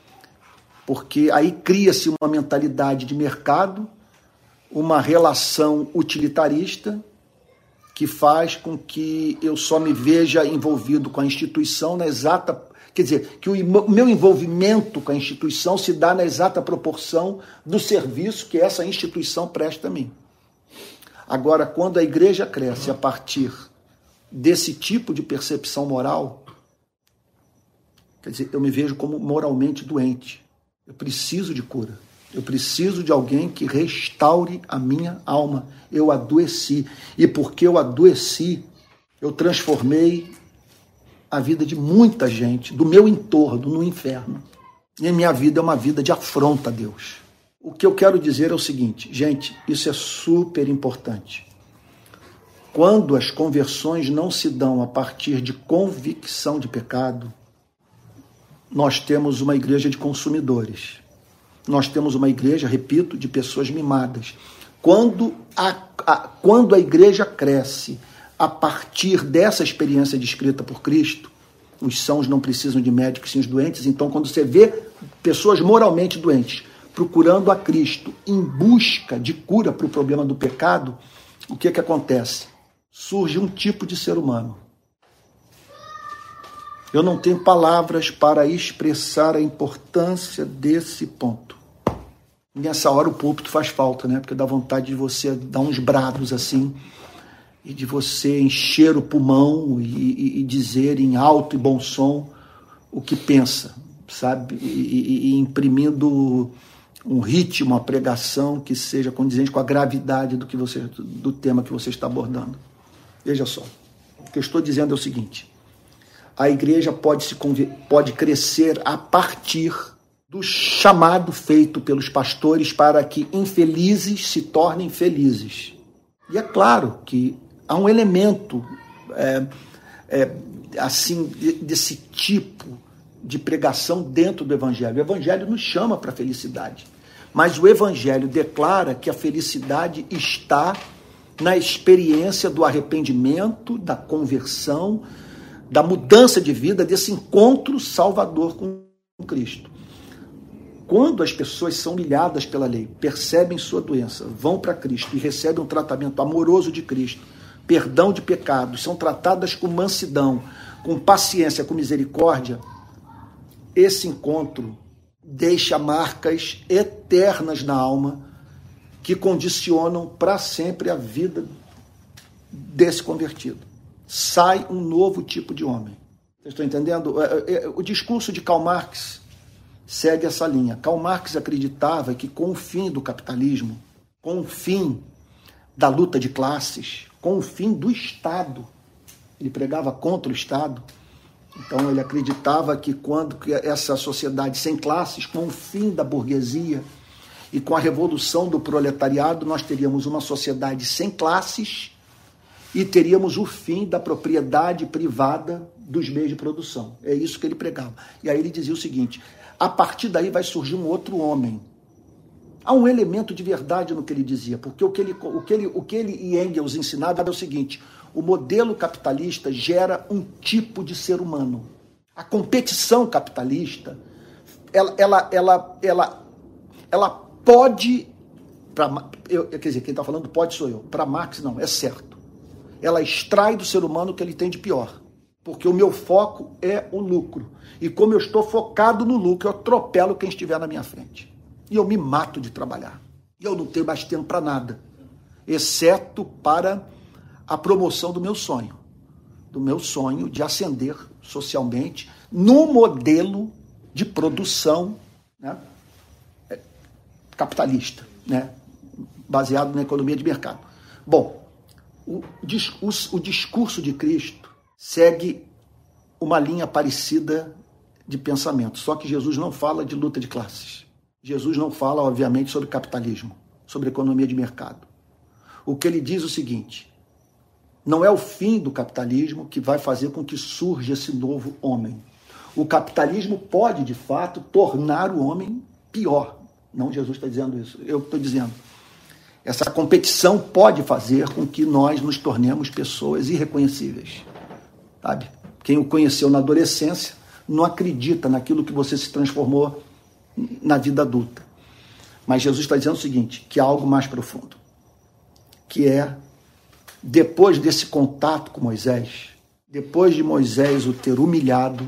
Porque aí cria-se uma mentalidade de mercado, uma relação utilitarista, que faz com que eu só me veja envolvido com a instituição na exata... Quer dizer, que o meu envolvimento com a instituição se dá na exata proporção do serviço que essa instituição presta a mim. Agora, quando a igreja cresce a partir desse tipo de percepção moral, quer dizer, eu me vejo como moralmente doente. Eu preciso de cura. Eu preciso de alguém que restaure a minha alma. Eu adoeci. E porque eu adoeci, eu transformei a vida de muita gente, do meu entorno, no inferno. E a minha vida é uma vida de afronta a Deus. O que eu quero dizer é o seguinte, gente, isso é super importante. Quando as conversões não se dão a partir de convicção de pecado, nós temos uma igreja de consumidores. Nós temos uma igreja, repito, de pessoas mimadas. Quando a, a, quando a igreja cresce a partir dessa experiência descrita por Cristo, os sãos não precisam de médicos, sim os doentes. Então, quando você vê pessoas moralmente doentes procurando a Cristo em busca de cura para o problema do pecado, o que que acontece? Surge um tipo de ser humano. Eu não tenho palavras para expressar a importância desse ponto. Nessa hora o púlpito faz falta, né? Porque dá vontade de você dar uns brados assim, e de você encher o pulmão e, e, e dizer em alto e bom som o que pensa, sabe? E, e, e imprimindo um ritmo, uma pregação que seja condizente com a gravidade do, que você, do tema que você está abordando. Veja só, o que eu estou dizendo é o seguinte: a igreja pode, se, pode crescer a partir do chamado feito pelos pastores para que infelizes se tornem felizes. E é claro que há um elemento é, é, assim desse tipo de pregação dentro do Evangelho. O Evangelho nos chama para a felicidade, mas o Evangelho declara que a felicidade está na experiência do arrependimento, da conversão, da mudança de vida, desse encontro salvador com Cristo. Quando as pessoas são humilhadas pela lei, percebem sua doença, vão para Cristo e recebem um tratamento amoroso de Cristo, perdão de pecados, são tratadas com mansidão, com paciência, com misericórdia, esse encontro deixa marcas eternas na alma que condicionam para sempre a vida desse convertido. Sai um novo tipo de homem. Vocês estão entendendo? O discurso de Karl Marx segue essa linha. Karl Marx acreditava que com o fim do capitalismo, com o fim da luta de classes, com o fim do Estado, ele pregava contra o Estado, então ele acreditava que quando essa sociedade sem classes, com o fim da burguesia e com a revolução do proletariado, nós teríamos uma sociedade sem classes e teríamos o fim da propriedade privada dos meios de produção. É isso que ele pregava. E aí ele dizia o seguinte: a partir daí vai surgir um outro homem. Há um elemento de verdade no que ele dizia, porque o que ele, o que ele, o que ele e Engels ensinavam é o seguinte: o modelo capitalista gera um tipo de ser humano. A competição capitalista, ela, ela, ela, ela, ela pode, pra, eu, quer dizer, quem está falando pode sou eu, para Marx não, é certo. Ela extrai do ser humano o que ele tem de pior, porque o meu foco é o lucro. E como eu estou focado no lucro, eu atropelo quem estiver na minha frente. E eu me mato de trabalhar. E eu não tenho mais tempo para nada, exceto para a promoção do meu sonho. Do meu sonho de ascender socialmente no modelo de produção, né, capitalista, né, baseado na economia de mercado. Bom, o discurso, o discurso de Cristo segue uma linha parecida de pensamento, só que Jesus não fala de luta de classes. Jesus não fala, obviamente, sobre capitalismo, sobre economia de mercado. O que ele diz é o seguinte: não é o fim do capitalismo que vai fazer com que surja esse novo homem. O capitalismo pode, de fato, tornar o homem pior. Não Jesus está dizendo isso, eu estou dizendo. Essa competição pode fazer com que nós nos tornemos pessoas irreconhecíveis. Sabe? Quem o conheceu na adolescência não acredita naquilo que você se transformou na vida adulta. Mas Jesus está dizendo o seguinte, que há algo mais profundo, que é, depois desse contato com Moisés, depois de Moisés o ter humilhado,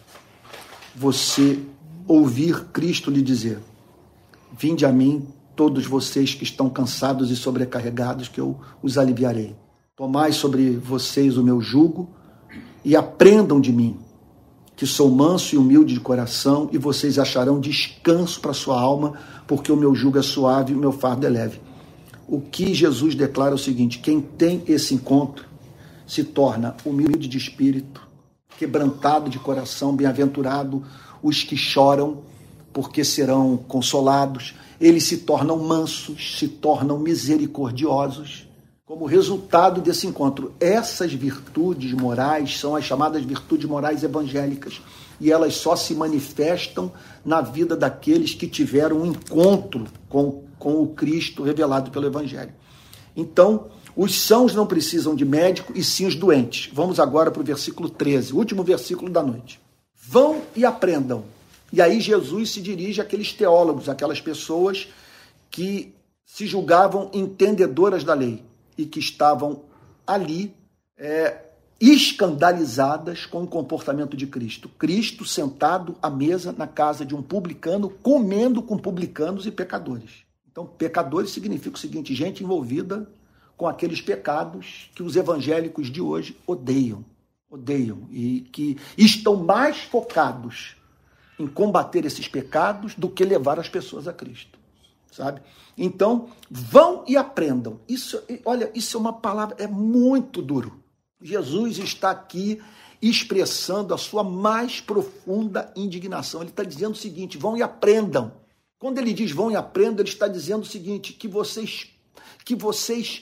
você ouvir Cristo lhe dizer: vinde a mim, todos vocês que estão cansados e sobrecarregados, que eu os aliviarei. Tomai sobre vocês o meu jugo e aprendam de mim, que sou manso e humilde de coração, e vocês acharão descanso para a sua alma, porque o meu jugo é suave e o meu fardo é leve. O que Jesus declara é o seguinte: quem tem esse encontro se torna humilde de espírito, quebrantado de coração, bem-aventurado os que choram, porque serão consolados. Eles se tornam mansos, se tornam misericordiosos, como resultado desse encontro. Essas virtudes morais são as chamadas virtudes morais evangélicas, e elas só se manifestam na vida daqueles que tiveram um encontro com com o Cristo revelado pelo Evangelho. Então, os sãos não precisam de médico, e sim os doentes. Vamos agora para o versículo treze, o último versículo da noite. Vão e aprendam. E aí Jesus se dirige àqueles teólogos, aquelas pessoas que se julgavam entendedoras da lei e que estavam ali é, escandalizadas com o comportamento de Cristo. Cristo sentado à mesa na casa de um publicano, comendo com publicanos e pecadores. Então, pecadores significa o seguinte, gente envolvida com aqueles pecados que os evangélicos de hoje odeiam, odeiam, e que estão mais focados em combater esses pecados do que levar as pessoas a Cristo, sabe? Então, vão e aprendam. Isso, olha, isso é uma palavra, é muito duro. Jesus está aqui expressando a sua mais profunda indignação. Ele está dizendo o seguinte, vão e aprendam. Quando ele diz vão e aprendam, ele está dizendo o seguinte, que vocês, que vocês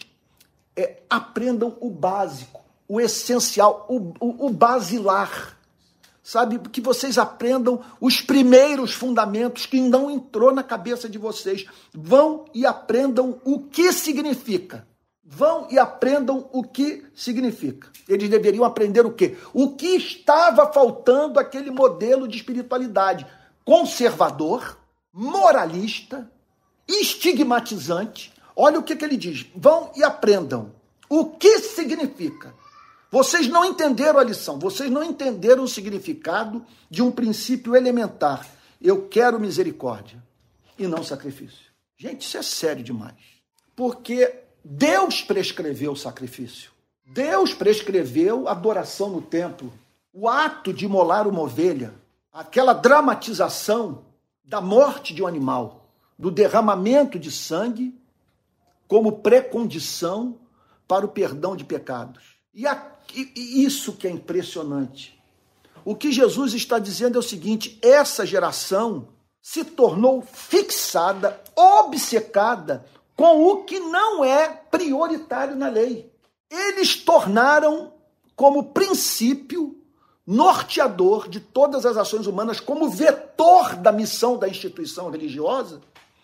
é, aprendam o básico, o essencial, o, o, o basilar. Sabe, que vocês aprendam os primeiros fundamentos que não entrou na cabeça de vocês. Vão e aprendam o que significa. Vão e aprendam o que significa. Eles deveriam aprender o quê? O que estava faltando àquele modelo de espiritualidade conservador, moralista, estigmatizante. Olha o que, que ele diz. Vão e aprendam o que significa. Vocês não entenderam a lição, vocês não entenderam o significado de um princípio elementar. Eu quero misericórdia e não sacrifício. Gente, isso é sério demais. Porque Deus prescreveu o sacrifício. Deus prescreveu a adoração no templo. O ato de imolar uma ovelha, aquela dramatização da morte de um animal, do derramamento de sangue como precondição para o perdão de pecados. E a E isso que é impressionante. O que Jesus está dizendo é o seguinte, essa geração se tornou fixada, obcecada com o que não é prioritário na lei. Eles tornaram como princípio norteador de todas as ações humanas, como vetor da missão da instituição religiosa,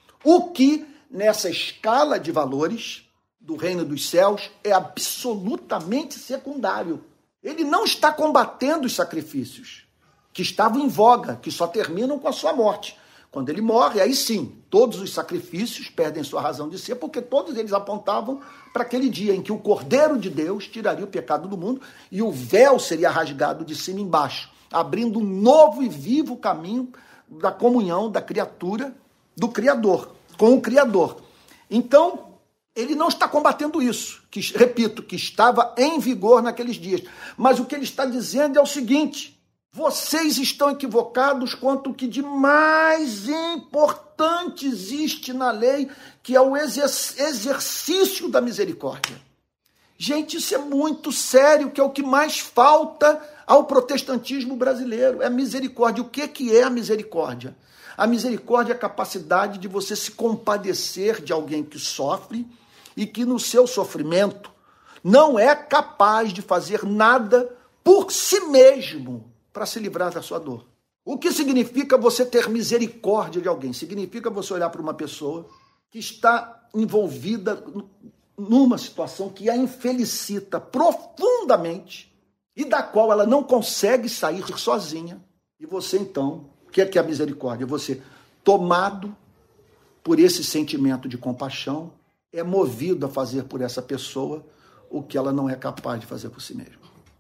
o que nessa escala de valores do reino dos céus é absolutamente secundário. Ele não está combatendo os sacrifícios que estavam em voga, que só terminam com a sua morte. Quando ele morre, aí sim, todos os sacrifícios perdem sua razão de ser, porque todos eles apontavam para aquele dia em que o Cordeiro de Deus tiraria o pecado do mundo e o véu seria rasgado de cima embaixo, abrindo um novo e vivo caminho da comunhão da criatura, do Criador, com o Criador. Então, ele não está combatendo isso, que, repito, que estava em vigor naqueles dias. Mas o que ele está dizendo é o seguinte, vocês estão equivocados quanto o que de mais importante existe na lei, que é o exer- exercício da misericórdia. Gente, isso é muito sério, que é o que mais falta ao protestantismo brasileiro, é a misericórdia. O que, que é a misericórdia? A misericórdia é a capacidade de você se compadecer de alguém que sofre e que no seu sofrimento não é capaz de fazer nada por si mesmo para se livrar da sua dor. O que significa você ter misericórdia de alguém? Significa você olhar para uma pessoa que está envolvida numa situação que a infelicita profundamente e da qual ela não consegue sair sozinha. E você então, o que é que é a misericórdia? Você, tomado por esse sentimento de compaixão, é movido a fazer por essa pessoa o que ela não é capaz de fazer por si mesma.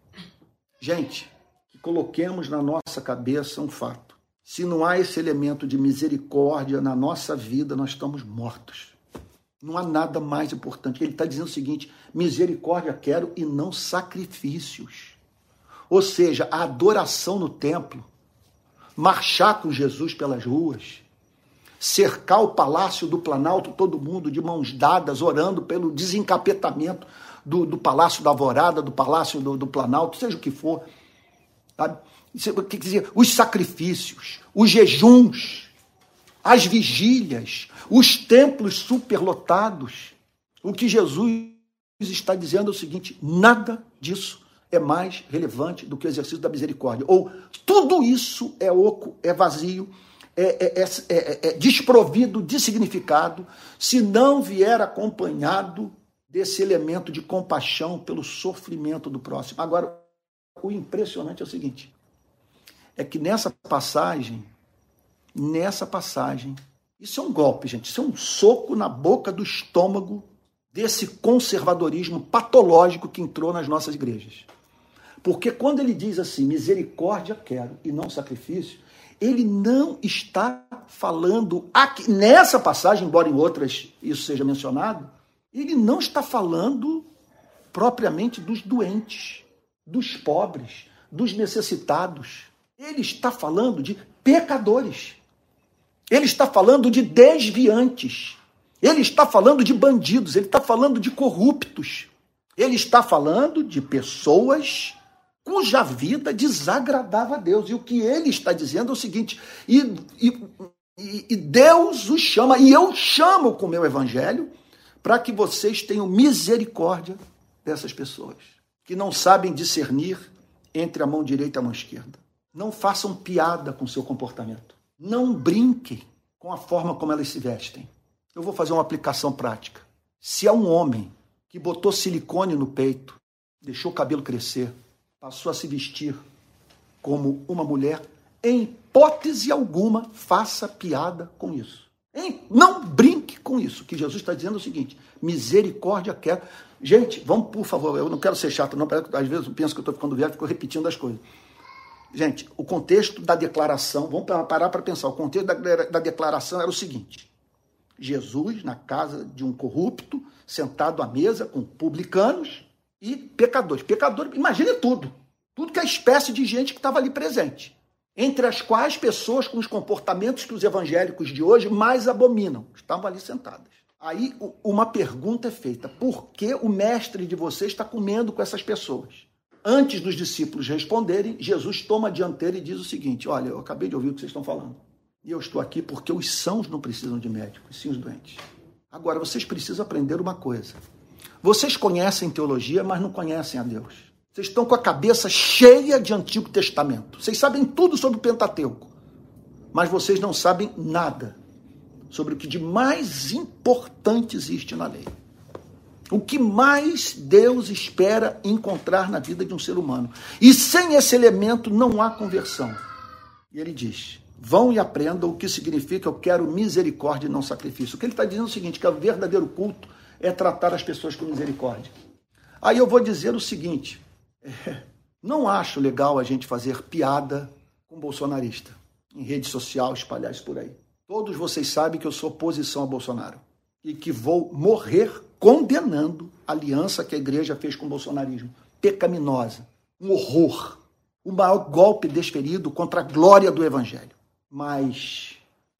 Gente, coloquemos na nossa cabeça um fato. Se não há esse elemento de misericórdia na nossa vida, nós estamos mortos. Não há nada mais importante. Ele está dizendo o seguinte, misericórdia quero e não sacrifícios. Ou seja, a adoração no templo, marchar com Jesus pelas ruas, cercar o Palácio do Planalto, todo mundo de mãos dadas, orando pelo desencapetamento do, do Palácio da Alvorada, do Palácio do, do Planalto, seja o que for. Sabe? Quer dizer, os sacrifícios, os jejuns, as vigílias, os templos superlotados. O que Jesus está dizendo é o seguinte, nada disso é mais relevante do que o exercício da misericórdia. Ou tudo isso é oco, é vazio, é, é, é, é desprovido de significado se não vier acompanhado desse elemento de compaixão pelo sofrimento do próximo. Agora, o impressionante é o seguinte, é que nessa passagem, nessa passagem, isso é um golpe, gente, isso é um soco na boca do estômago desse conservadorismo patológico que entrou nas nossas igrejas. Porque quando ele diz assim, misericórdia quero e não sacrifício, ele não está falando, aqui, nessa passagem, embora em outras isso seja mencionado, ele não está falando propriamente dos doentes, dos pobres, dos necessitados. Ele está falando de pecadores. Ele está falando de desviantes. Ele está falando de bandidos. Ele está falando de corruptos. Ele está falando de pessoas cuja vida desagradava a Deus. E o que ele está dizendo é o seguinte, e, e, e Deus os chama, e eu chamo com o meu evangelho, para que vocês tenham misericórdia dessas pessoas, que não sabem discernir entre a mão direita e a mão esquerda. Não façam piada com o seu comportamento. Não brinquem com a forma como elas se vestem. Eu vou fazer uma aplicação prática. Se é um homem que botou silicone no peito, deixou o cabelo crescer, passou a se vestir como uma mulher, em hipótese alguma, faça piada com isso. Hein? Não brinque com isso. O que Jesus está dizendo é o seguinte, misericórdia quero. Gente, vamos, por favor, eu não quero ser chato, não, às vezes eu penso que eu estou ficando velho, fico repetindo as coisas. Gente, o contexto da declaração, vamos parar para pensar, o contexto da, da declaração era o seguinte, Jesus na casa de um corrupto, sentado à mesa com publicanos e pecadores. Pecadores, imagine tudo, tudo que é a espécie de gente que estava ali presente, entre as quais pessoas com os comportamentos que os evangélicos de hoje mais abominam, estavam ali sentadas. Aí uma pergunta é feita, por que o mestre de vocês está comendo com essas pessoas? Antes dos discípulos responderem, Jesus toma a dianteira e diz o seguinte, olha, eu acabei de ouvir o que vocês estão falando. E eu estou aqui porque os sãos não precisam de médicos, sim os doentes. Agora, vocês precisam aprender uma coisa. Vocês conhecem teologia, mas não conhecem a Deus. Vocês estão com a cabeça cheia de Antigo Testamento. Vocês sabem tudo sobre o Pentateuco, mas vocês não sabem nada sobre o que de mais importante existe na lei. O que mais Deus espera encontrar na vida de um ser humano. E sem esse elemento não há conversão. E ele diz, vão e aprendam o que significa eu quero misericórdia e não sacrifício. O que ele está dizendo é o seguinte, que o verdadeiro culto é tratar as pessoas com misericórdia. Aí eu vou dizer o seguinte, é, não acho legal a gente fazer piada com bolsonarista, em rede social, espalhar isso por aí. Todos vocês sabem que eu sou oposição a Bolsonaro e que vou morrer condenando a aliança que a igreja fez com o bolsonarismo. Pecaminosa, um horror, o maior golpe desferido contra a glória do evangelho. Mas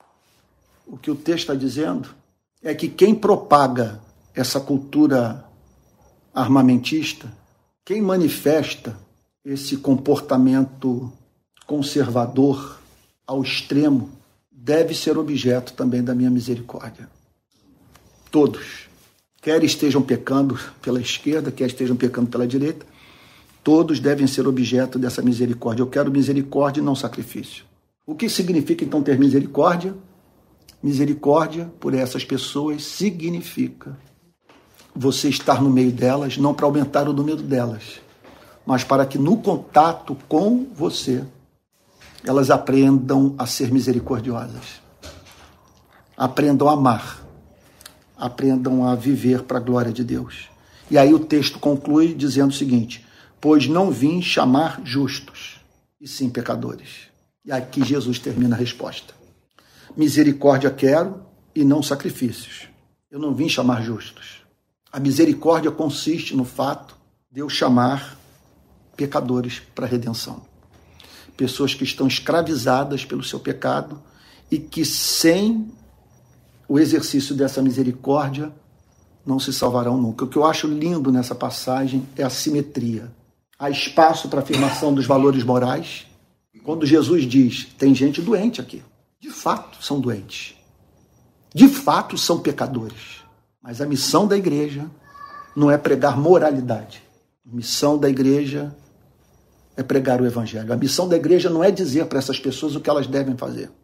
o que o texto está dizendo é que quem propaga essa cultura armamentista, quem manifesta esse comportamento conservador ao extremo, deve ser objeto também da minha misericórdia. Todos, quer estejam pecando pela esquerda, quer estejam pecando pela direita, todos devem ser objeto dessa misericórdia. Eu quero misericórdia e não sacrifício. O que significa então ter misericórdia? Misericórdia por essas pessoas significa você estar no meio delas, não para aumentar o número delas, mas para que no contato com você, elas aprendam a ser misericordiosas, aprendam a amar, aprendam a viver para a glória de Deus. E aí o texto conclui dizendo o seguinte, pois não vim chamar justos, e sim pecadores. E aqui Jesus termina a resposta. Misericórdia quero e não sacrifícios. Eu não vim chamar justos. A misericórdia consiste no fato de eu chamar pecadores para a redenção. Pessoas que estão escravizadas pelo seu pecado e que sem o exercício dessa misericórdia não se salvarão nunca. O que eu acho lindo nessa passagem é a simetria. Há espaço para a afirmação dos valores morais. Quando Jesus diz, tem gente doente aqui. De fato, são doentes. De fato, são pecadores. Mas a missão da igreja não é pregar moralidade. A missão da igreja é pregar o evangelho. A missão da igreja não é dizer para essas pessoas o que elas devem fazer.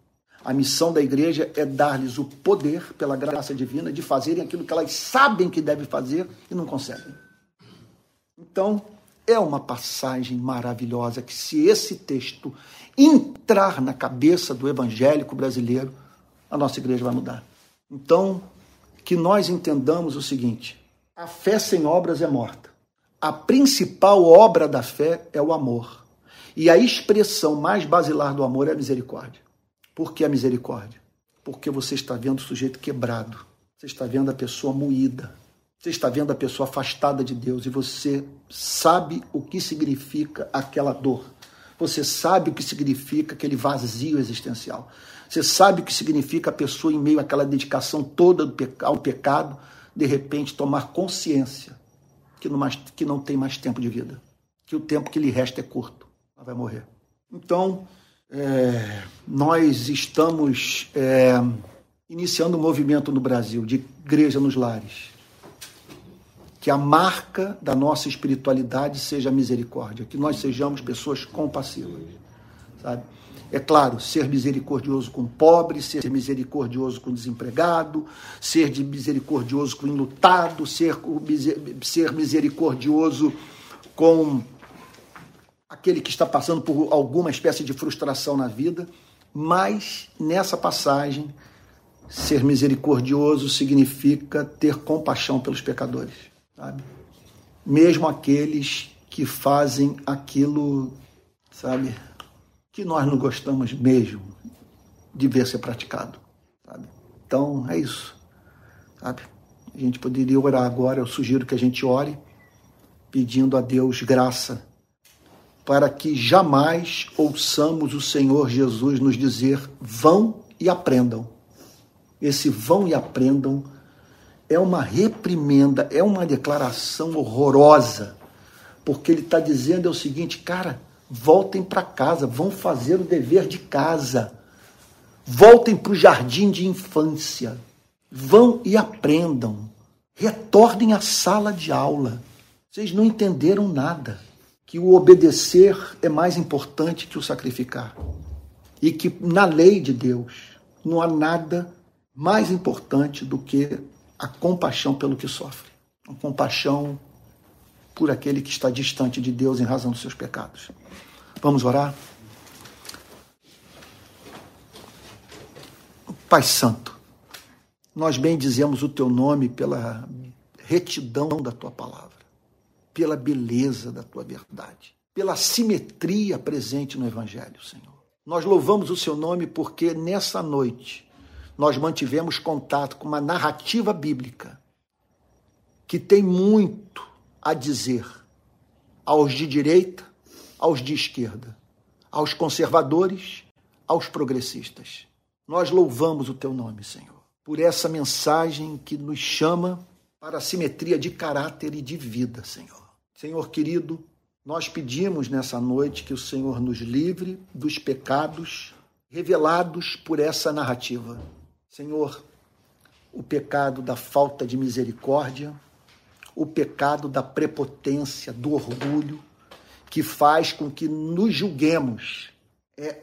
A missão da igreja é dar-lhes o poder, pela graça divina, de fazerem aquilo que elas sabem que devem fazer e não conseguem. Então, é uma passagem maravilhosa que, se esse texto entrar na cabeça do evangélico brasileiro, a nossa igreja vai mudar. Então, que nós entendamos o seguinte: a fé sem obras é morta. A principal obra da fé é o amor. E a expressão mais basilar do amor é a misericórdia. Por que a misericórdia? Porque você está vendo o sujeito quebrado. Você está vendo a pessoa moída. Você está vendo a pessoa afastada de Deus e você sabe o que significa aquela dor. Você sabe o que significa aquele vazio existencial. Você sabe o que significa a pessoa, em meio àquela dedicação toda ao pecado, de repente tomar consciência que não, mais, que não tem mais tempo de vida. Que o tempo que lhe resta é curto. Ela vai morrer. Então, é, nós estamos é, iniciando um movimento no Brasil de igreja nos lares. Que a marca da nossa espiritualidade seja a misericórdia, que nós sejamos pessoas compassivas, sabe? É claro, ser misericordioso com o pobre, ser misericordioso com o desempregado, ser de misericordioso com o enlutado, ser, ser misericordioso com aquele que está passando por alguma espécie de frustração na vida, mas nessa passagem, ser misericordioso significa ter compaixão pelos pecadores. Sabe? Mesmo aqueles que fazem aquilo, sabe, que nós não gostamos mesmo de ver ser praticado, sabe? Então, é isso, sabe? A gente poderia orar agora, eu sugiro que a gente ore, pedindo a Deus graça, para que jamais ouçamos o Senhor Jesus nos dizer, vão e aprendam. Esse vão e aprendam é uma reprimenda, é uma declaração horrorosa, porque ele está dizendo é o seguinte, cara, voltem para casa, vão fazer o dever de casa, voltem para o jardim de infância, vão e aprendam, retornem à sala de aula. Vocês não entenderam nada, que o obedecer é mais importante que o sacrificar, e que na lei de Deus não há nada mais importante do que a compaixão pelo que sofre, a compaixão por aquele que está distante de Deus em razão dos seus pecados. Vamos orar? Pai Santo, nós bendizemos o Teu nome pela retidão da Tua palavra, pela beleza da Tua verdade, pela simetria presente no Evangelho, Senhor. Nós louvamos o Seu nome porque nessa noite nós mantivemos contato com uma narrativa bíblica que tem muito a dizer aos de direita, aos de esquerda, aos conservadores, aos progressistas. Nós louvamos o Teu nome, Senhor, por essa mensagem que nos chama para a simetria de caráter e de vida, Senhor. Senhor querido, nós pedimos nessa noite que o Senhor nos livre dos pecados revelados por essa narrativa. Senhor, o pecado da falta de misericórdia, o pecado da prepotência, do orgulho, que faz com que nos julguemos é,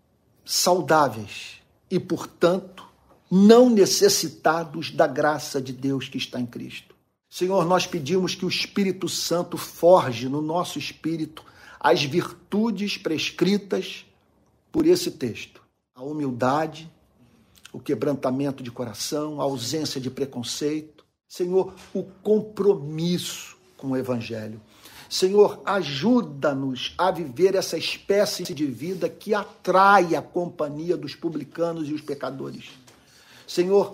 saudáveis e, portanto, não necessitados da graça de Deus que está em Cristo. Senhor, nós pedimos que o Espírito Santo forge no nosso espírito as virtudes prescritas por esse texto. A humildade, o quebrantamento de coração, a ausência de preconceito. Senhor, o compromisso com o Evangelho. Senhor, ajuda-nos a viver essa espécie de vida que atrai a companhia dos publicanos e os pecadores. Senhor,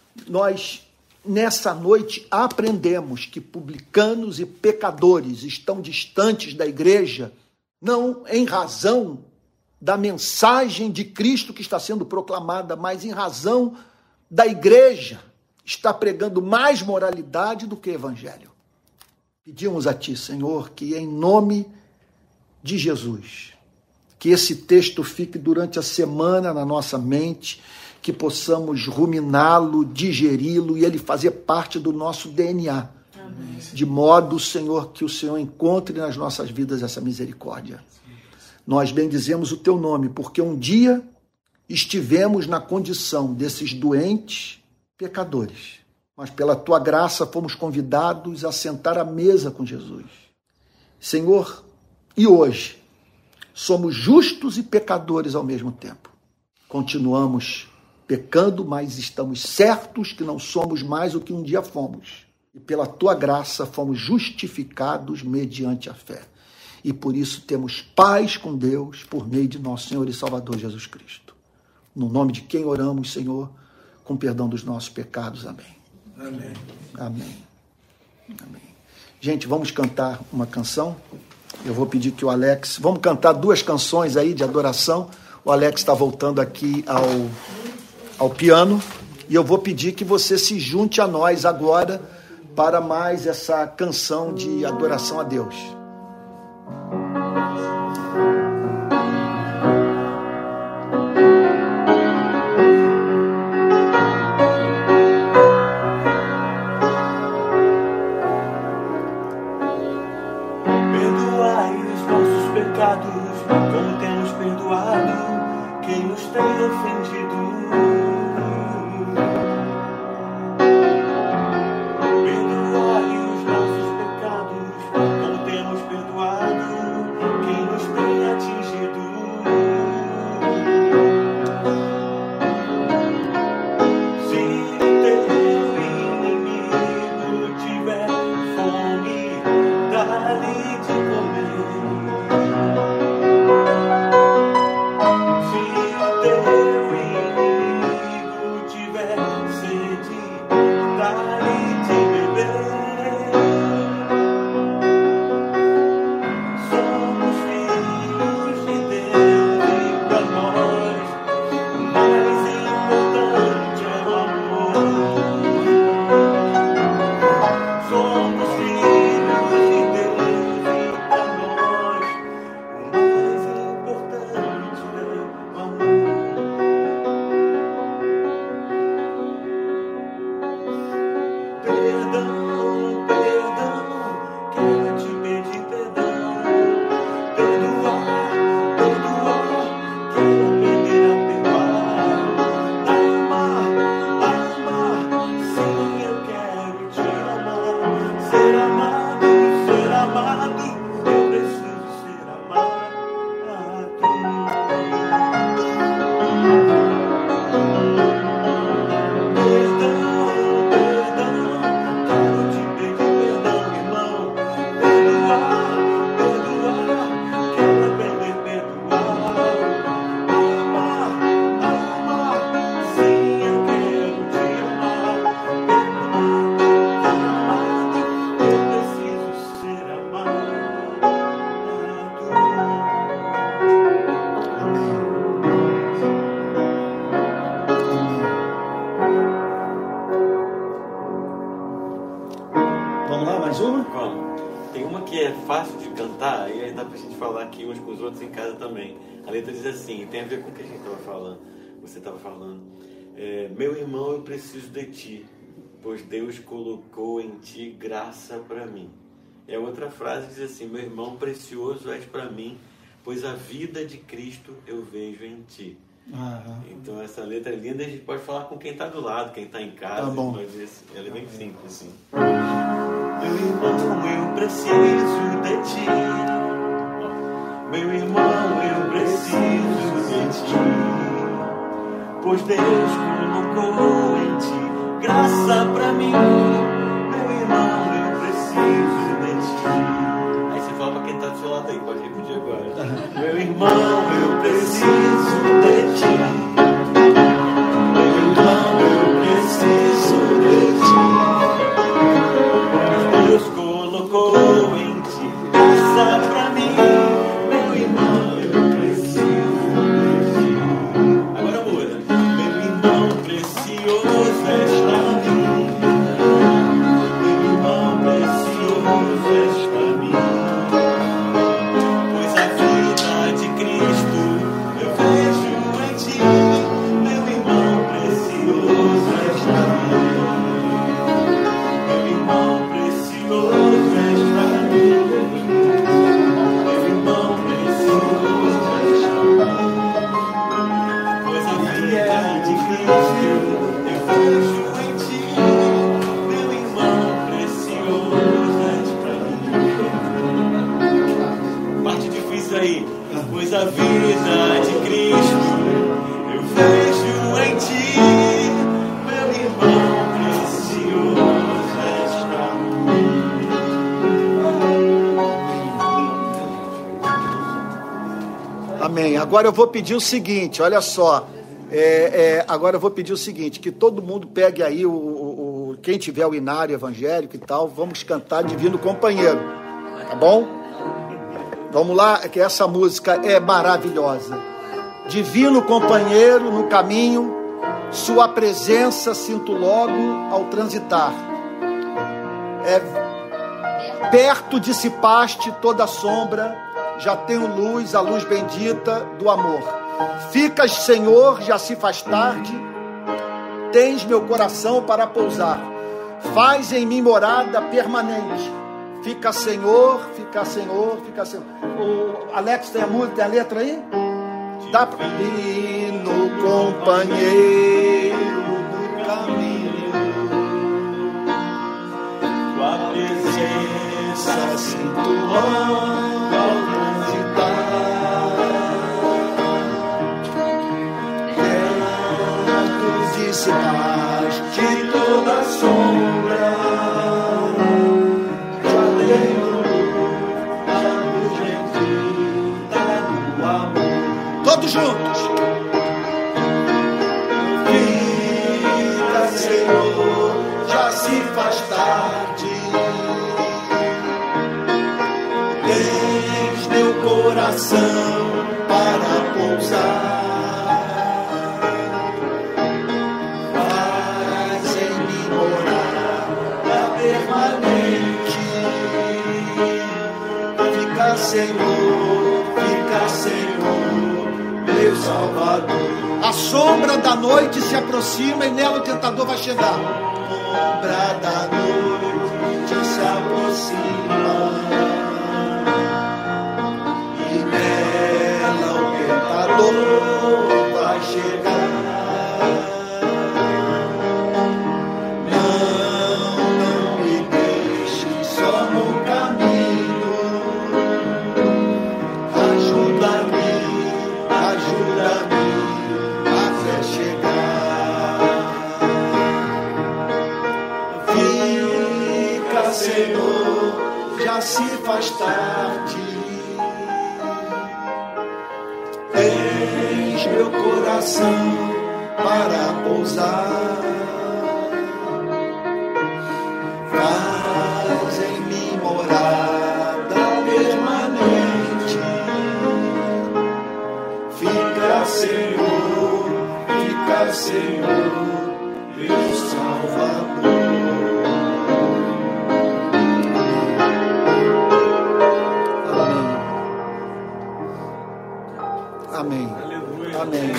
nós nessa noite aprendemos que publicanos e pecadores estão distantes da igreja, não em razão da mensagem de Cristo que está sendo proclamada, mas em razão da igreja está pregando mais moralidade do que evangelho. Pedimos a Ti, Senhor, que em nome de Jesus, que esse texto fique durante a semana na nossa mente, que possamos ruminá-lo, digeri-lo e ele fazer parte do nosso D N A. Amém. De modo, Senhor, que o Senhor encontre nas nossas vidas essa misericórdia. Nós bendizemos o Teu nome, porque um dia estivemos na condição desses doentes pecadores, mas pela tua graça fomos convidados a sentar à mesa com Jesus. Senhor, e hoje somos justos e pecadores ao mesmo tempo. Continuamos pecando, mas estamos certos que não somos mais o que um dia fomos. E pela tua graça fomos justificados mediante a fé. E por isso temos paz com Deus por meio de nosso Senhor e Salvador Jesus Cristo. No nome de quem oramos, Senhor, com perdão dos nossos pecados. Amém. Amém. Amém. Amém. Gente, vamos cantar uma canção. Eu vou pedir que o Alex... Vamos cantar duas canções aí de adoração. O Alex está voltando aqui ao, ao piano. E eu vou pedir que você se junte a nós agora para mais essa canção de adoração a Deus. Em casa também. A letra diz assim, tem a ver com o que a gente estava falando, você estava falando. É, meu irmão, eu preciso de ti, pois Deus colocou em ti graça para mim. E a outra frase diz assim, meu irmão, precioso és para mim, pois a vida de Cristo eu vejo em ti. Aham. Então essa letra é linda, a gente pode falar com quem está do lado, quem está em casa, tá bom. Mas ela é bem simples assim. Meu irmão, eu preciso de ti. Meu irmão, eu preciso de ti, pois Deus colocou em ti graça pra mim. Meu irmão, eu preciso de ti. Aí você fala pra quem tá do seu lado aí, pode repetir agora. Meu irmão, eu preciso de ti. Meu irmão, eu preciso de ti, pois Deus colocou em ti graça pra mim. Pois a vida de Cristo eu vejo em ti. aí. Pois a vida de Cristo eu vejo em ti, meu irmão precioso és pra mim. Amém. Agora eu vou pedir o seguinte, olha só. É, é, agora eu vou pedir o seguinte, que todo mundo pegue aí, o, o, o quem tiver o inário evangélico e tal, vamos cantar Divino Companheiro, tá bom? Vamos lá, que essa música é maravilhosa. Divino companheiro no caminho, sua presença sinto logo ao transitar. É, perto dissipaste toda a sombra, já tenho luz, a luz bendita do amor. Ficas, Senhor, já se faz tarde, tens meu coração para pousar. Faz em mim morada permanente. Fica, Senhor, fica, Senhor, fica, Senhor. O Alex tem a música, tem a letra aí? Dá pra... Divino companheiro do caminho, Tua presença sinto logo ao transitar. Dissipaste toda a sombra, já tenho a luz bendita do amor. Todos juntos. Fica, Senhor, já se faz tarde. Tens meu coração para pousar. Senhor, fica, Senhor, meu Salvador. A sombra da noite se aproxima e nela o tentador vai chegar. A sombra da noite se aproxima e nela o tentador vai chegar. Se faz tarde, tens meu coração para pousar. Faz em mim morada permanente. Fica, Senhor, fica, Senhor, meu Salvador. Amém. Amém.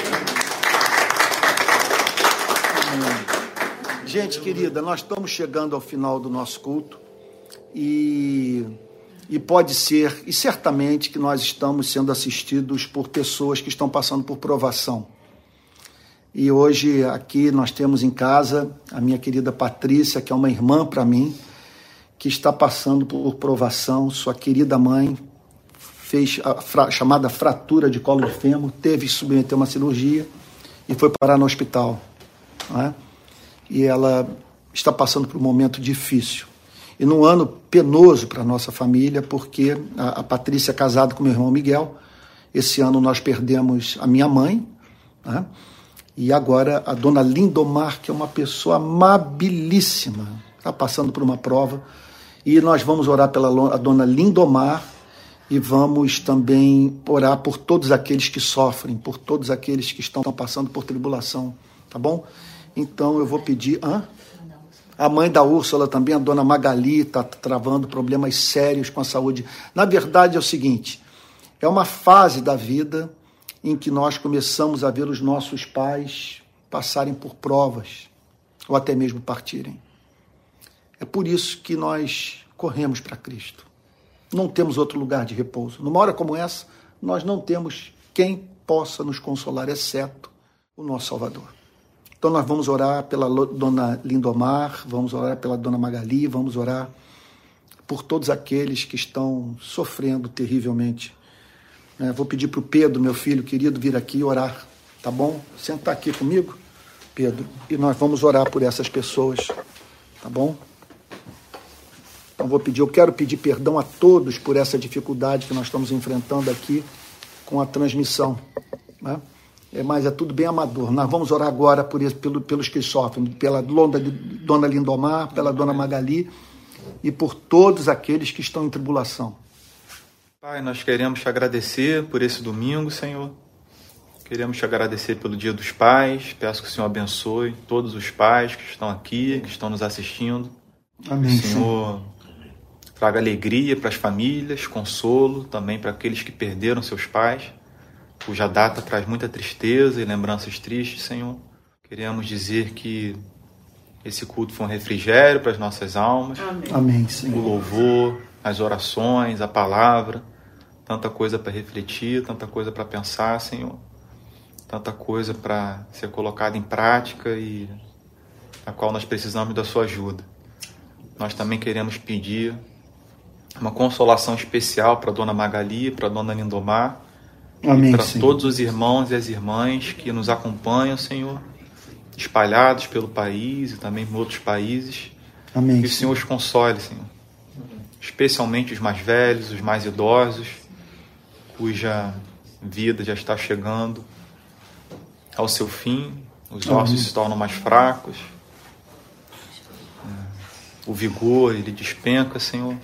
Amém. Gente querida, nós estamos chegando ao final do nosso culto e, e pode ser, e certamente que nós estamos sendo assistidos por pessoas que estão passando por provação. E hoje aqui nós temos em casa a minha querida Patrícia, que é uma irmã para mim, que está passando por provação, sua querida mãe, fez a fra- chamada fratura de colo de fêmur, teve que submeter uma cirurgia e foi parar no hospital. Não é? E ela está passando por um momento difícil. E num ano penoso para a nossa família, porque a, a Patrícia é casada com meu irmão Miguel. Esse ano nós perdemos a minha mãe, né? E agora a dona Lindomar, que é uma pessoa amabilíssima, está passando por uma prova. E nós vamos orar pela a dona Lindomar, e vamos também orar por todos aqueles que sofrem, por todos aqueles que estão passando por tribulação, tá bom? Então eu vou pedir... Hã? A mãe da Úrsula também, a dona Magali, está travando problemas sérios com a saúde. Na verdade é o seguinte, é uma fase da vida em que nós começamos a ver os nossos pais passarem por provas, ou até mesmo partirem. É por isso que nós corremos para Cristo. Não temos outro lugar de repouso. Numa hora como essa, nós não temos quem possa nos consolar, exceto o nosso Salvador. Então nós vamos orar pela dona Lindomar, vamos orar pela dona Magali, vamos orar por todos aqueles que estão sofrendo terrivelmente É, vou pedir para o Pedro, meu filho querido, vir aqui orar, tá bom? Senta aqui comigo, Pedro, e nós vamos orar por essas pessoas, tá bom? Então vou pedir, eu quero pedir perdão a todos por essa dificuldade que nós estamos enfrentando aqui com a transmissão, né? É, mas é tudo bem amador. Nós vamos orar agora por isso, pelo, pelos que sofrem, pela dona, dona Lindomar, pela dona Magali e por todos aqueles que estão em tribulação. Pai, nós queremos te agradecer por esse domingo, Senhor. Queremos te agradecer pelo Dia dos Pais. Peço que o Senhor abençoe todos os pais que estão aqui, que estão nos assistindo. Amém, Senhor. Senhor, traga alegria para as famílias, consolo também para aqueles que perderam seus pais, cuja data traz muita tristeza e lembranças tristes, Senhor. Queremos dizer que esse culto foi um refrigério para as nossas almas. Amém, Amém, Senhor. O louvor, as orações, a palavra, tanta coisa para refletir, tanta coisa para pensar, Senhor. Tanta coisa para ser colocada em prática e a qual nós precisamos da sua ajuda. Nós também queremos pedir uma consolação especial para a dona Magali, para a dona Lindomar, Amém, e para Senhor. todos os irmãos e as irmãs que nos acompanham, Senhor, espalhados pelo país e também em outros países. Amém, que o Senhor os console, Senhor. Especialmente os mais velhos, os mais idosos, cuja vida já está chegando ao seu fim, os ossos Amém. se tornam mais fracos, o vigor ele despenca, Senhor,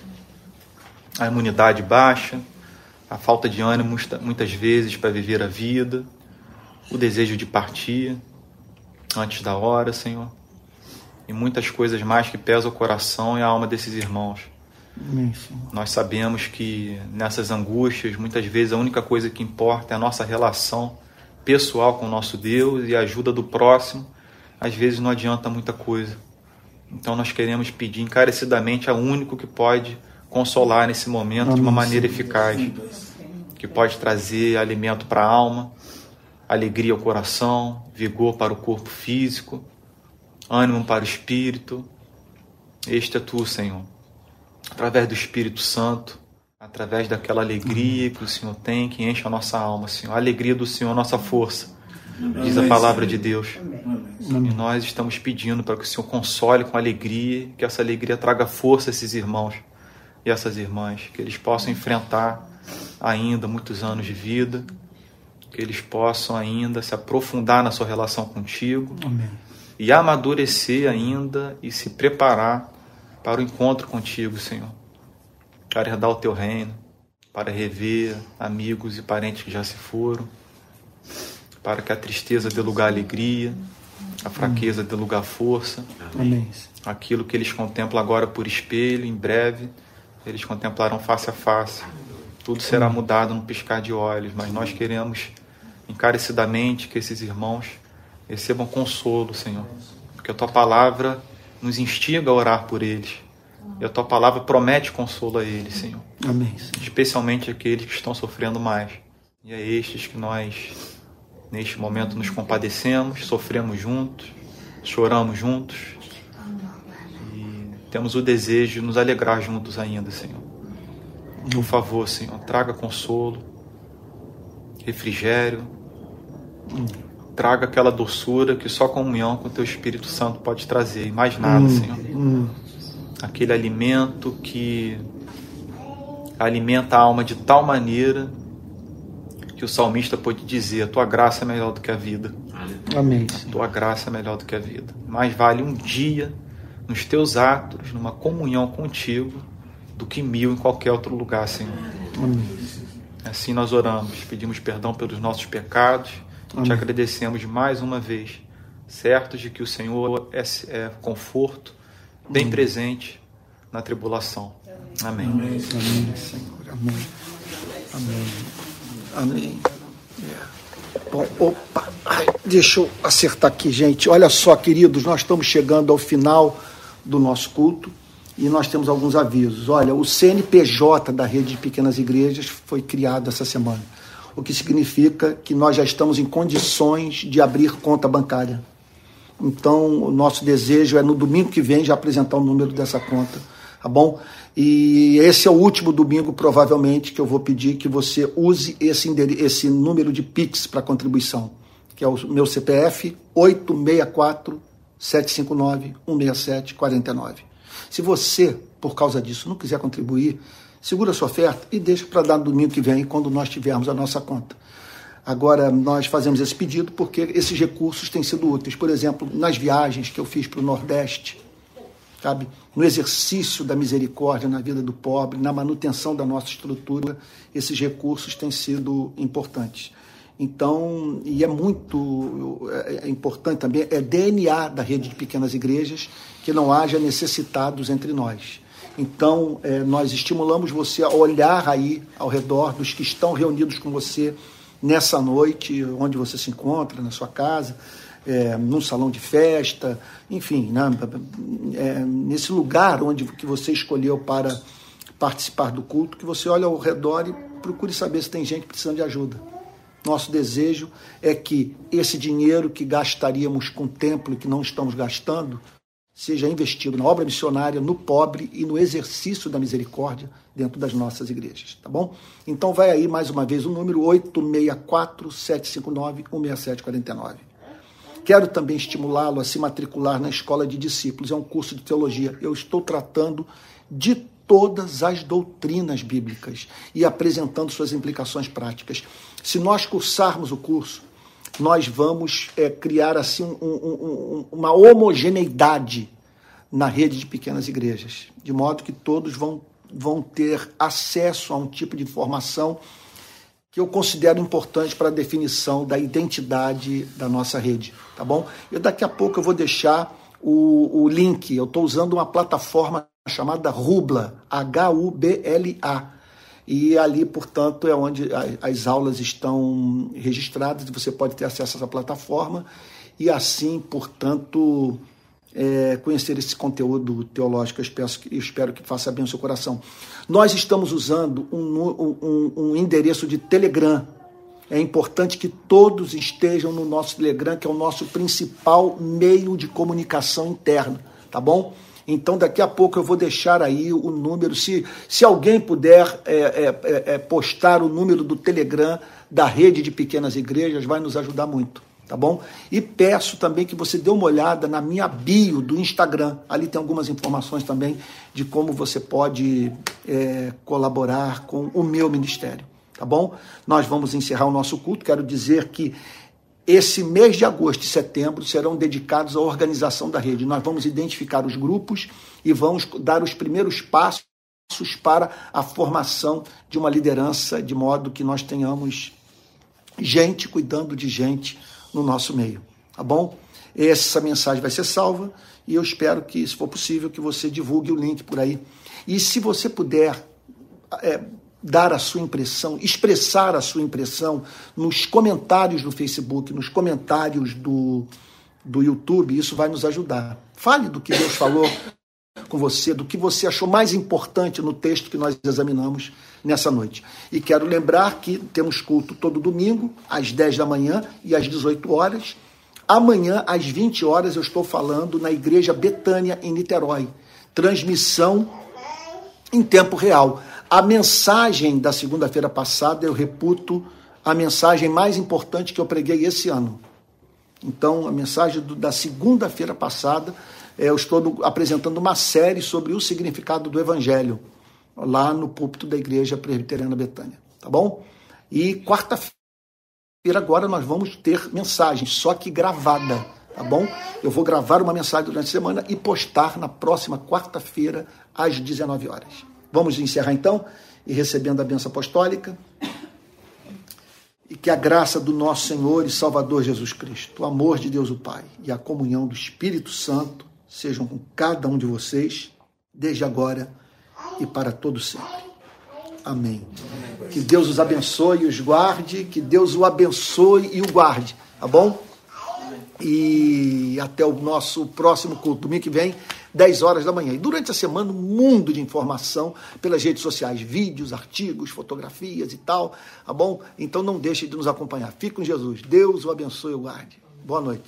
a imunidade baixa, a falta de ânimo muitas vezes para viver a vida, o desejo de partir antes da hora, Senhor, e muitas coisas mais que pesam o coração e a alma desses irmãos. Amém, Senhor. Nós sabemos que nessas angústias, muitas vezes a única coisa que importa é a nossa relação pessoal com o nosso Deus, e a ajuda do próximo às vezes não adianta muita coisa. Então nós queremos pedir encarecidamente ao único que pode consolar nesse momento Amém, de uma maneira Senhor. Eficaz, que pode trazer alimento para a alma, alegria ao coração, vigor para o corpo físico, ânimo para o espírito. Este é tu, Senhor, através do Espírito Santo, através daquela alegria que o Senhor tem, que enche a nossa alma, Senhor. A alegria do Senhor, a nossa força, diz a palavra de Deus. E nós estamos pedindo para que o Senhor console com alegria, que essa alegria traga força a esses irmãos e essas irmãs, que eles possam enfrentar ainda muitos anos de vida, que eles possam ainda se aprofundar na sua relação contigo. Amém. E amadurecer ainda e se preparar para o encontro contigo, Senhor, para herdar o teu reino, para rever amigos e parentes que já se foram, para que a tristeza dê lugar à alegria, a fraqueza dê lugar à força. Amém. Aquilo que eles contemplam agora por espelho, em breve, eles contemplarão face a face. Tudo será mudado num piscar de olhos, mas nós queremos encarecidamente que esses irmãos recebam consolo, Senhor, porque a tua palavra nos instiga a orar por eles, e a tua palavra promete consolo a eles, Senhor. Amém, Senhor. Especialmente aqueles que estão sofrendo mais, e é estes que nós neste momento nos compadecemos, sofremos juntos, choramos juntos e temos o desejo de nos alegrar juntos ainda, Senhor. Por favor, Senhor, traga consolo, refrigério, traga aquela doçura que só a comunhão com o Teu Espírito Santo pode trazer, e mais nada, hum, Senhor. Hum. Aquele alimento que alimenta a alma de tal maneira que o salmista pode dizer: a Tua graça é melhor do que a vida. Amém. A Tua graça é melhor do que a vida. Mais vale um dia nos Teus atos, numa comunhão contigo, do que mil em qualquer outro lugar, Senhor. Amém. Assim nós oramos, pedimos perdão pelos nossos pecados, Amém. Te agradecemos mais uma vez, certos de que o Senhor é, é conforto, bem Amém. Presente na tribulação. Amém. Amém, Amém Senhor. Amém. Amém. Amém. É. Bom, opa, ai, deixa eu acertar aqui, gente. Olha só, queridos, nós estamos chegando ao final do nosso culto e nós temos alguns avisos. Olha, o C N P J da Rede de Pequenas Igrejas foi criado essa semana, o que significa que nós já estamos em condições de abrir conta bancária. Então, o nosso desejo é no domingo que vem já apresentar o número dessa conta tá bom? E esse é o último domingo, provavelmente, que eu vou pedir que você use esse, esse número de Pix para contribuição, que é o meu C P F, oito seis quatro, sete cinco nove, um seis sete quatro nove. Se você, por causa disso, não quiser contribuir, segura a sua oferta e deixa para dar no domingo que vem, quando nós tivermos a nossa conta. Agora, nós fazemos esse pedido porque esses recursos têm sido úteis. Por exemplo, nas viagens que eu fiz para o Nordeste, sabe? No exercício da misericórdia na vida do pobre, na manutenção da nossa estrutura, esses recursos têm sido importantes. Então, e é muito é importante também, é D N A da rede de pequenas igrejas, que não haja necessitados entre nós. Então, é, nós estimulamos você a olhar aí ao redor dos que estão reunidos com você nessa noite, onde você se encontra, na sua casa, é, num salão de festa, enfim, né, é, nesse lugar onde que você escolheu para participar do culto, que você olhe ao redor e procure saber se tem gente precisando de ajuda. Nosso desejo é que esse dinheiro que gastaríamos com o templo, que não estamos gastando, seja investido na obra missionária, no pobre e no exercício da misericórdia dentro das nossas igrejas, tá bom? Então vai aí mais uma vez o número oito seis quatro, sete cinco nove, um seis sete quatro nove. Quero também estimulá-lo a se matricular na Escola de Discípulos, é um curso de teologia. Eu estou tratando de todas as doutrinas bíblicas e apresentando suas implicações práticas. Se nós cursarmos o curso, nós vamos é, criar assim um, um, um, uma homogeneidade na rede de pequenas igrejas, de modo que todos vão, vão ter acesso a um tipo de informação que eu considero importante para a definição da identidade da nossa rede, tá bom? E daqui a pouco eu vou deixar o, o link, eu estou usando uma plataforma chamada Rubla, H U B L A, e ali, portanto, é onde as aulas estão registradas, e você pode ter acesso a essa plataforma, e assim, portanto, é, conhecer esse conteúdo teológico. Eu espero, eu espero que faça bem o seu coração. Nós estamos usando um, um, um endereço de Telegram. É importante que todos estejam no nosso Telegram, que é o nosso principal meio de comunicação interna, tá bom? Então, daqui a pouco eu vou deixar aí o número, se, se alguém puder é, é, é, postar o número do Telegram da rede de pequenas igrejas, vai nos ajudar muito, tá bom? E peço também que você dê uma olhada na minha bio do Instagram, ali tem algumas informações também de como você pode é, colaborar com o meu ministério, tá bom? Nós vamos encerrar o nosso culto, quero dizer que esse mês de agosto e setembro serão dedicados à organização da rede. Nós vamos identificar os grupos e vamos dar os primeiros passos para a formação de uma liderança, de modo que nós tenhamos gente cuidando de gente no nosso meio, tá bom? Essa mensagem vai ser salva e eu espero que, se for possível, que você divulgue o link por aí. E se você puder é, dar a sua impressão, expressar a sua impressão nos comentários do Facebook, nos comentários do, do YouTube, isso vai nos ajudar. Fale do que Deus falou com você, do que você achou mais importante no texto que nós examinamos nessa noite. E quero lembrar que temos culto todo domingo, às dez da manhã e às dezoito horas. Amanhã, às vinte horas, eu estou falando na Igreja Betânia, em Niterói. Transmissão em tempo real. A mensagem da segunda-feira passada, eu reputo a mensagem mais importante que eu preguei esse ano. Então, a mensagem do, da segunda-feira passada, é, eu estou do, apresentando uma série sobre o significado do Evangelho, lá no púlpito da Igreja Presbiteriana Betânia, tá bom? E quarta-feira agora nós vamos ter mensagem, só que gravada, tá bom? Eu vou gravar uma mensagem durante a semana e postar na próxima quarta-feira, às dezenove horas. Vamos encerrar então, e recebendo a bênção apostólica, e que a graça do nosso Senhor e Salvador Jesus Cristo, o amor de Deus o Pai e a comunhão do Espírito Santo sejam com cada um de vocês, desde agora e para todo sempre. Amém. Que Deus os abençoe e os guarde, que Deus o abençoe e o guarde, tá bom? E até o nosso próximo culto, domingo que vem, dez horas da manhã. E durante a semana, um mundo de informação pelas redes sociais, vídeos, artigos, fotografias e tal, tá bom? Então não deixe de nos acompanhar. Fique com Jesus. Deus o abençoe e o guarde. Boa noite.